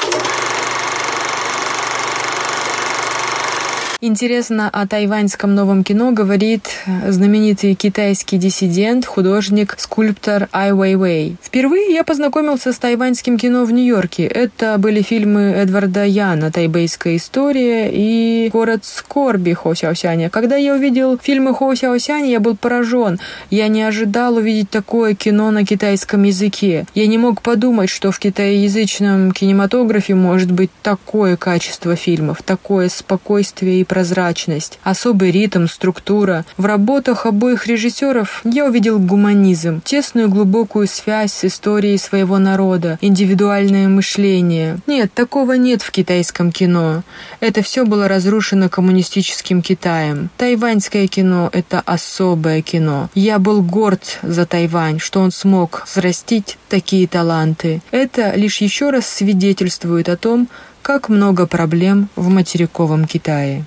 Интересно о тайваньском новом кино говорит знаменитый китайский диссидент, художник, скульптор Ай Вейвей. Впервые я познакомился с тайваньским кино в Нью-Йорке. Это были фильмы Эдварда Яна «Тайбэйская история» и «Город скорби» Хоу Сяосяня. Когда я увидел фильмы Хоу Сяосяня, я был поражен. Я не ожидал увидеть такое кино на китайском языке. Я не мог подумать, что в китайоязычном кинематографе может быть такое качество фильмов, такое спокойствие и прозрачность, особый ритм, структура. В работах обоих режиссеров я увидел гуманизм, тесную глубокую связь с историей своего народа, индивидуальное мышление. Нет, такого нет в китайском кино. Это все было разрушено коммунистическим Китаем. Тайваньское кино – это особое кино. Я был горд за Тайвань, что он смог взрастить такие таланты. Это лишь еще раз свидетельствует о том, как много проблем в материковом Китае.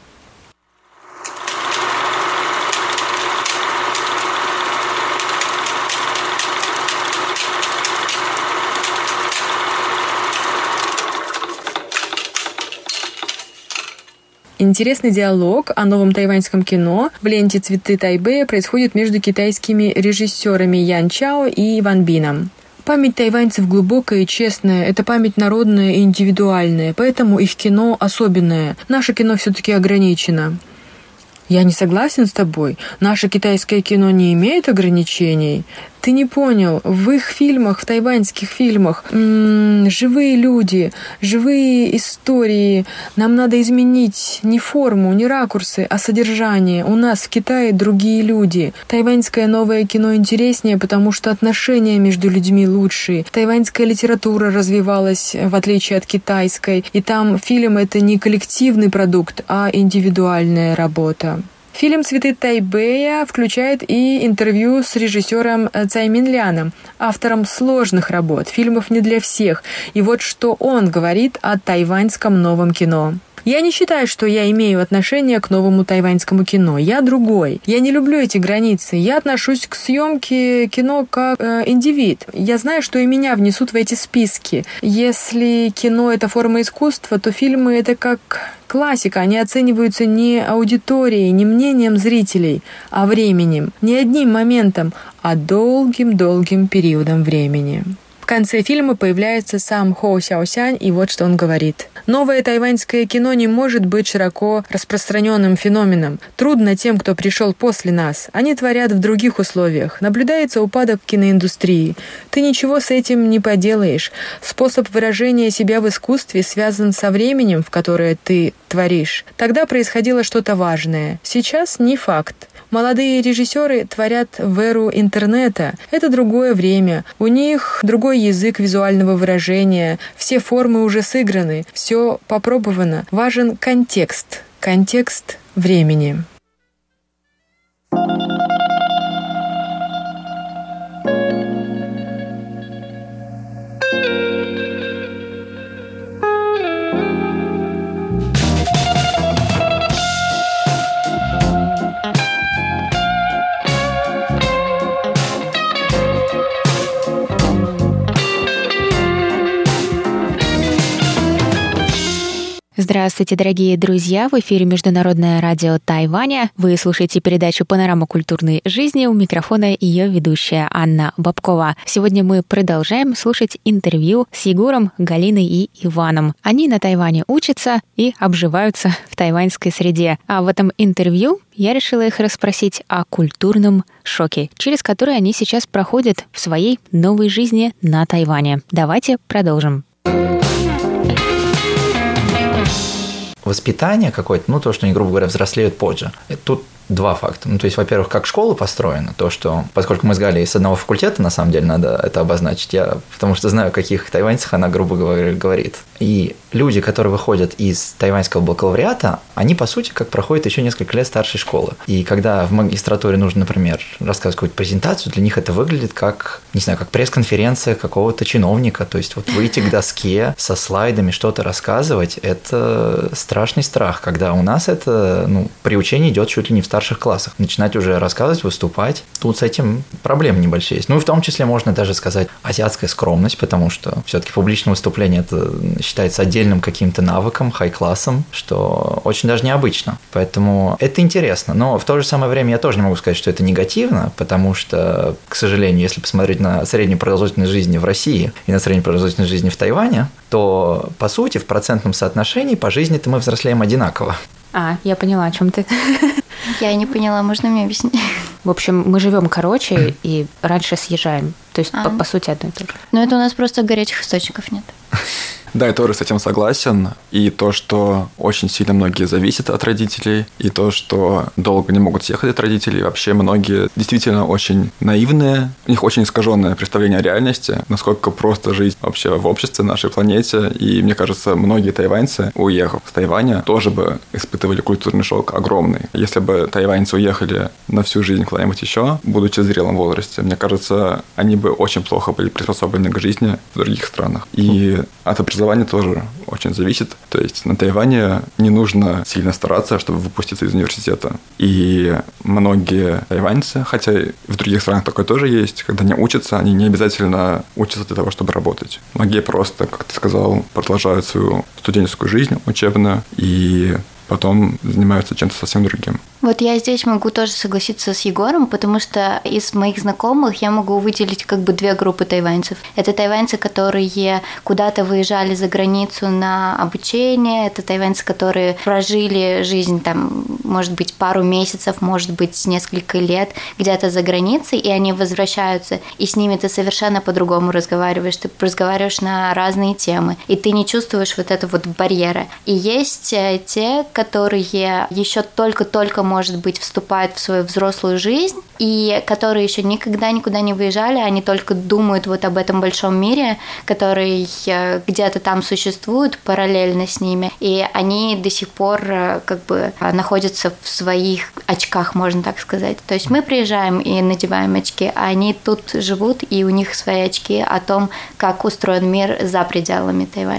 Интересный диалог о новом тайваньском кино в ленте «Цветы Тайбэя» происходит между китайскими режиссерами Ян Чао и Ван Бином. Память тайваньцев глубокая и честная, это память народная и индивидуальная, поэтому их кино особенное. Наше кино все-таки ограничено. Я не согласен с тобой. Наше китайское кино не имеет ограничений. Ты не понял. В их фильмах, в тайваньских фильмах, м-м, живые люди, живые истории. Нам надо изменить не форму, не ракурсы, а содержание. У нас в Китае другие люди. Тайваньское новое кино интереснее, потому что отношения между людьми лучшие. Тайваньская литература развивалась, в отличие от китайской. И там фильм — это не коллективный продукт, а индивидуальная работа. Фильм «Цветы Тайбэя» включает и интервью с режиссером Цай Мин Ляном, автором сложных работ, фильмов не для всех. И вот что он говорит о тайваньском новом кино. Я не считаю, что я имею отношение к новому тайваньскому кино. Я другой. Я не люблю эти границы. Я отношусь к съемке кино как э, индивид. Я знаю, что и меня внесут в эти списки. Если кино — это форма искусства, то фильмы — это как классика. Они оцениваются не аудиторией, не мнением зрителей, а временем. Не одним моментом, а долгим-долгим периодом времени. В конце фильма появляется сам Хоу Сяосянь, и вот что он говорит. Новое тайваньское кино не может быть широко распространенным феноменом. Трудно тем, кто пришел после нас. Они творят в других условиях. Наблюдается упадок киноиндустрии. Ты ничего с этим не поделаешь. Способ выражения себя в искусстве связан со временем, в которое ты творишь. Тогда происходило что-то важное. Сейчас не факт. Молодые режиссеры творят в эру интернета. Это другое время. У них другой язык визуального выражения. Все формы уже сыграны. Все попробовано. Важен контекст. Контекст времени. Здравствуйте, дорогие друзья! В эфире Международное радио Тайваня. Вы слушаете передачу «Панорама культурной жизни». У микрофона ее ведущая Анна Бабкова. Сегодня мы продолжаем слушать интервью с Егором, Галиной и Иваном. Они на Тайване учатся и обживаются в тайваньской среде. А в этом интервью я решила их расспросить о культурном шоке, через который они сейчас проходят в своей новой жизни на Тайване. Давайте продолжим. Воспитание какое-то, ну, то, что они, грубо говоря, взрослеют позже. Тут два факта. Ну, то есть, во-первых, как школа построена, то, что, поскольку мы с Галей с одного факультета, на самом деле, надо это обозначить, я, потому что знаю, о каких тайваньцах она, грубо говоря, говорит. И люди, которые выходят из тайваньского бакалавриата, они, по сути, как проходят еще несколько лет старшей школы. И когда в магистратуре нужно, например, рассказывать какую-то презентацию, для них это выглядит как, не знаю, как пресс-конференция какого-то чиновника. То есть, вот выйти к доске со слайдами, что-то рассказывать, это страшный страх, когда у нас это, ну, приучение идет чуть ли не в старших классах. Начинать уже рассказывать, выступать. Тут с этим проблемы небольшие есть. Ну и в том числе можно даже сказать азиатская скромность, потому что все-таки публичное выступление это считается отдельным каким-то навыком, хай-классом, что очень даже необычно. Поэтому это интересно. Но в то же самое время я тоже не могу сказать, что это негативно, потому что, к сожалению, если посмотреть на среднюю продолжительность жизни в России и на среднюю продолжительность жизни в Тайване, то, по сути, в процентном соотношении по жизни-то мы взрослеем одинаково. А, я поняла, о чем ты. Я не поняла, можно мне объяснить? В общем, мы живем короче и раньше съезжаем. То есть, а. по, по сути, одно и то же. Но это у нас просто горячих источников нет. Да, я тоже с этим согласен. И то, что очень сильно многие зависят от родителей, и то, что долго не могут съехать от родителей. Вообще многие действительно очень наивные, у них очень искаженное представление о реальности, насколько просто жить вообще в обществе, на нашей планете. И мне кажется, многие тайваньцы, уехав с Тайваня, тоже бы испытывали культурный шок огромный. Если бы тайваньцы уехали на всю жизнь куда-нибудь еще, будучи в зрелом возрасте, мне кажется, они бы очень плохо были приспособлены к жизни в других странах. И от образования тоже очень зависит. То есть на Тайване не нужно сильно стараться, чтобы выпуститься из университета. И многие тайваньцы, хотя и в других странах такое тоже есть, когда они учатся, они не обязательно учатся для того, чтобы работать. Многие просто, как ты сказал, продолжают свою студенческую жизнь учебную и потом занимаются чем-то совсем другим. Вот я здесь могу тоже согласиться с Егором, потому что из моих знакомых я могу выделить как бы две группы тайваньцев. Это тайваньцы, которые куда-то выезжали за границу на обучение, это тайваньцы, которые прожили жизнь там, может быть, пару месяцев, может быть, несколько лет где-то за границей, и они возвращаются, и с ними ты совершенно по-другому разговариваешь, ты разговариваешь на разные темы, и ты не чувствуешь вот этого вот барьера. И есть те, которые еще только-только, может быть, вступают в свою взрослую жизнь, и которые еще никогда никуда не выезжали, они только думают вот об этом большом мире, который где-то там существует параллельно с ними, и они до сих пор как бы находятся в своих очках, можно так сказать. То есть мы приезжаем и надеваем очки, а они тут живут, и у них свои очки о том, как устроен мир за пределами Тайваня.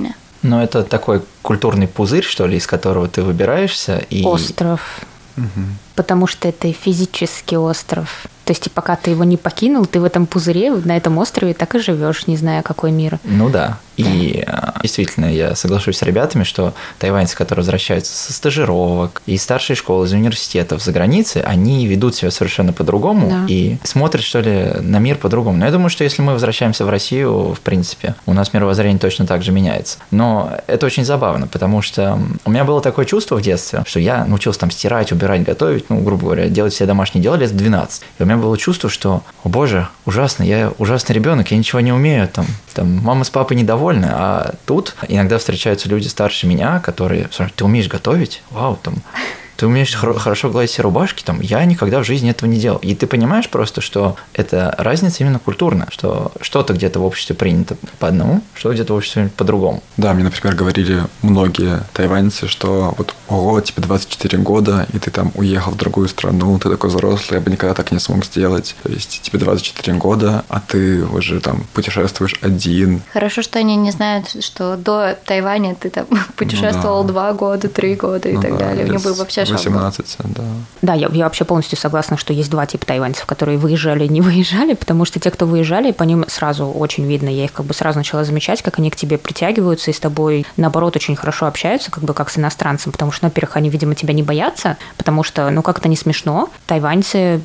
Но это такой культурный пузырь, что ли, из которого ты выбираешься. И... Остров. Угу. Потому что это физический остров. То есть, и пока ты его не покинул, ты в этом пузыре, на этом острове так и живешь, не зная, какой мир. Ну да. И действительно, я соглашусь с ребятами, что тайваньцы, которые возвращаются со стажировок, из старшей школы, из университетов за границей, они ведут себя совершенно по-другому да. и смотрят, что ли, на мир по-другому. Но я думаю, что если мы возвращаемся в Россию, в принципе, у нас мировоззрение точно так же меняется. Но это очень забавно, потому что у меня было такое чувство в детстве, что я научился там стирать, убирать, готовить, ну, грубо говоря, делать все домашние дела лет в двенадцать. И у меня было чувство, что, о боже, ужасно, я ужасный ребенок, я ничего не умею, там, там мама с папой недовольны. А тут иногда встречаются люди старше меня, которые спрашивают: ты умеешь готовить? Вау, там, ты умеешь хорошо гладить все рубашки? Там, я никогда в жизни этого не делал. И ты понимаешь просто, что это разница именно культурная, что что-то где-то в обществе принято по одному, что где-то в обществе по-другому. Да, мне, например, говорили многие тайваньцы, что вот, ого, тебе двадцать четыре года, и ты там уехал в другую страну, ты такой взрослый, я бы никогда так не смог сделать. То есть тебе двадцать четыре года, а ты уже там путешествуешь один. Хорошо, что они не знают, что до Тайваня ты там путешествовал ну, да. два года, три года и ну, так да, далее. У них был вообще восемнадцать, да. Да, я, я вообще полностью согласна, что есть два типа тайваньцев, которые выезжали и не выезжали, потому что те, кто выезжали, по ним сразу очень видно, я их как бы сразу начала замечать, как они к тебе притягиваются и с тобой, наоборот, очень хорошо общаются, как бы как с иностранцем, потому что, ну, во-первых, они, видимо, тебя не боятся, потому что, ну, как-то не смешно. Тайваньцы,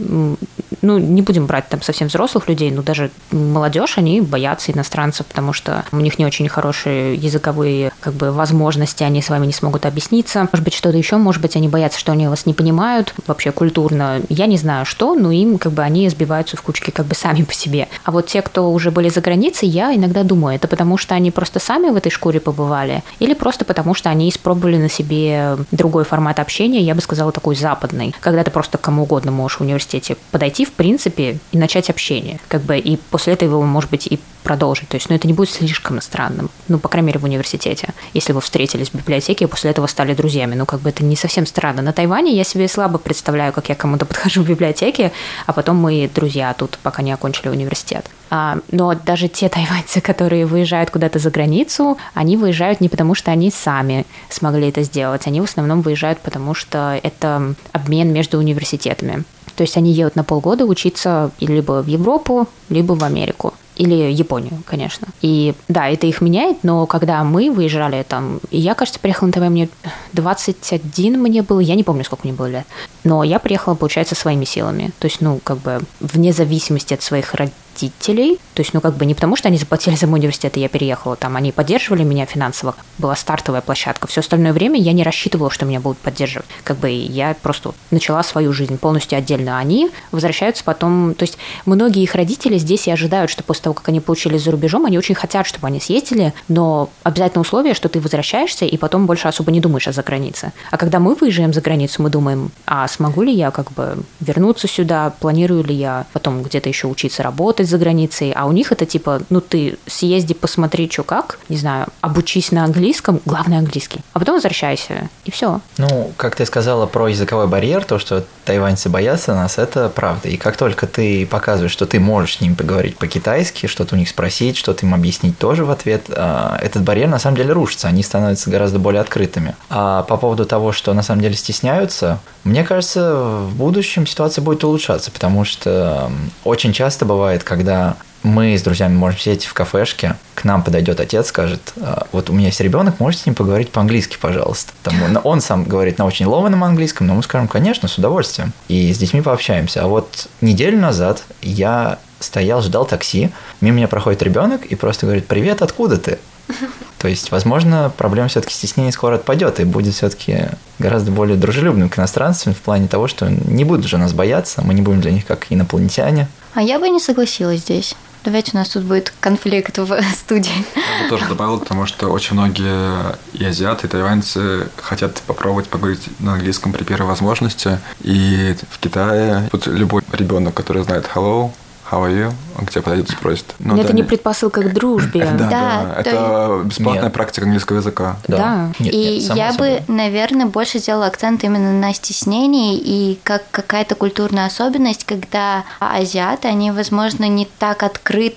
ну, не будем брать там совсем взрослых людей, но даже молодежь, они боятся иностранцев, потому что у них не очень хорошие языковые как бы возможности, они с вами не смогут объясниться. Может быть, что-то еще, может быть, они боятся, что они вас не понимают вообще культурно. Я не знаю, что, но им как бы они сбиваются в кучки как бы сами по себе. А вот те, кто уже были за границей, я иногда думаю, это потому что они просто сами в этой шкуре побывали, или просто потому что они испробовали на себе другой формат общения, я бы сказала, такой западный, когда ты просто кому угодно можешь в университете подойти, в принципе, и начать общение. Как бы, и после этого, может быть, и продолжить. То есть, ну, это не будет слишком странным. Ну, по крайней мере, в университете. Если вы встретились в библиотеке и после этого стали друзьями. Ну, как бы это не совсем странно. На Тайване я себе слабо представляю, как я к кому-то подхожу в библиотеке, а потом мы друзья тут, пока не окончили университет. А, но даже те тайваньцы, которые выезжают куда-то за границу, они выезжают не потому, что они сами смогли это сделать. Они в основном выезжают, потому что это обмен между университетами. То есть они едут на полгода учиться либо в Европу, либо в Америку. Или Японию, конечно. И да, это их меняет, но когда мы выезжали там, я, кажется, приехала на Тайвань, мне двадцать один мне было, я не помню, сколько мне было лет, но я приехала, получается, своими силами. То есть, ну, как бы вне зависимости от своих родителей, то есть, ну, как бы не потому, что они заплатили за мой университет, и я переехала, там, они поддерживали меня финансово, была стартовая площадка. Все остальное время я не рассчитывала, что меня будут поддерживать. Как бы я просто начала свою жизнь полностью отдельно. Они возвращаются потом, то есть, многие их родители здесь и ожидают, что после того, как они получили за рубежом, они очень хотят, чтобы они съездили, но обязательно условие, что ты возвращаешься и потом больше особо не думаешь о загранице. А когда мы выезжаем за границу, мы думаем, а смогу ли я как бы вернуться сюда, планирую ли я потом где-то еще учиться работать за границей, а у них это типа, ну ты съезди, посмотри, что как, не знаю, обучись на английском, главное английский, а потом возвращайся, и все. Ну, как ты сказала про языковой барьер, то, что тайваньцы боятся нас, это правда. И как только ты показываешь, что ты можешь с ними поговорить по-китайски, что-то у них спросить, что-то им объяснить тоже в ответ, этот барьер на самом деле рушится, они становятся гораздо более открытыми. А по поводу того, что на самом деле стесняются, мне кажется, в будущем ситуация будет улучшаться, потому что очень часто бывает, когда мы с друзьями можем сидеть в кафешке, к нам подойдет отец, скажет, вот у меня есть ребенок, можете с ним поговорить по-английски, пожалуйста. Там, он сам говорит на очень ломаном английском, но мы скажем, конечно, с удовольствием. И с детьми пообщаемся. А вот неделю назад я стоял, ждал такси, мимо меня проходит ребенок и просто говорит, привет, откуда ты? То есть, возможно, проблема все-таки стеснения скоро отпадет и будет все-таки гораздо более дружелюбным к иностранцам в плане того, что не будут уже нас бояться, мы не будем для них как инопланетяне. А я бы не согласилась здесь. Давайте у нас тут будет конфликт в студии. Я бы тоже добавил, потому что очень многие и азиаты, и тайваньцы хотят попробовать поговорить на английском при первой возможности. И в Китае вот любой ребенок, который знает hello, how are you, он к тебе подойдет и спросит. Но это да, не предпосылка к дружбе. Да, да, да, это бесплатная нет. практика английского языка. Да. да. Нет, и нет, я собой. бы, наверное, больше сделала акцент именно на стеснении и как какая-то культурная особенность, когда азиаты, они, возможно, не так открыты к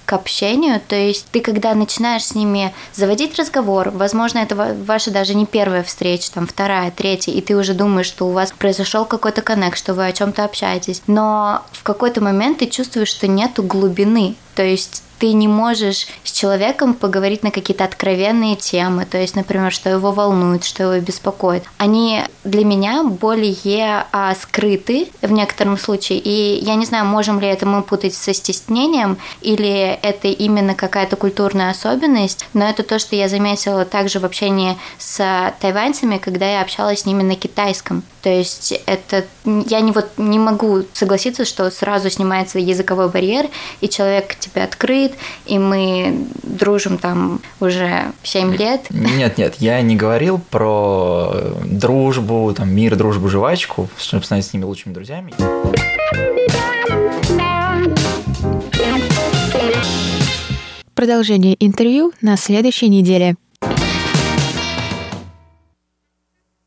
к общению, то есть ты, когда начинаешь с ними заводить разговор, возможно, это ваша даже не первая встреча, там, вторая, третья, и ты уже думаешь, что у вас произошел какой-то коннект, что вы о чем-то общаетесь, но в какой-то момент ты чувствуешь, что нету глубины, то есть ты не можешь с человеком поговорить на какие-то откровенные темы, то есть, например, что его волнует, что его беспокоит. Они для меня более а, скрыты в некотором случае, и я не знаю, можем ли это мы путать со стеснением, или это именно какая-то культурная особенность, но это то, что я заметила также в общении с тайваньцами, когда я общалась с ними на китайском. То есть это я не, вот, не могу согласиться, что сразу снимается языковой барьер, и человек к тебе открыт, и мы дружим там уже семь лет. Нет, нет, я не говорил про дружбу, там, мир, дружбу, жвачку, чтобы становиться с ними лучшими друзьями. Продолжение интервью на следующей неделе.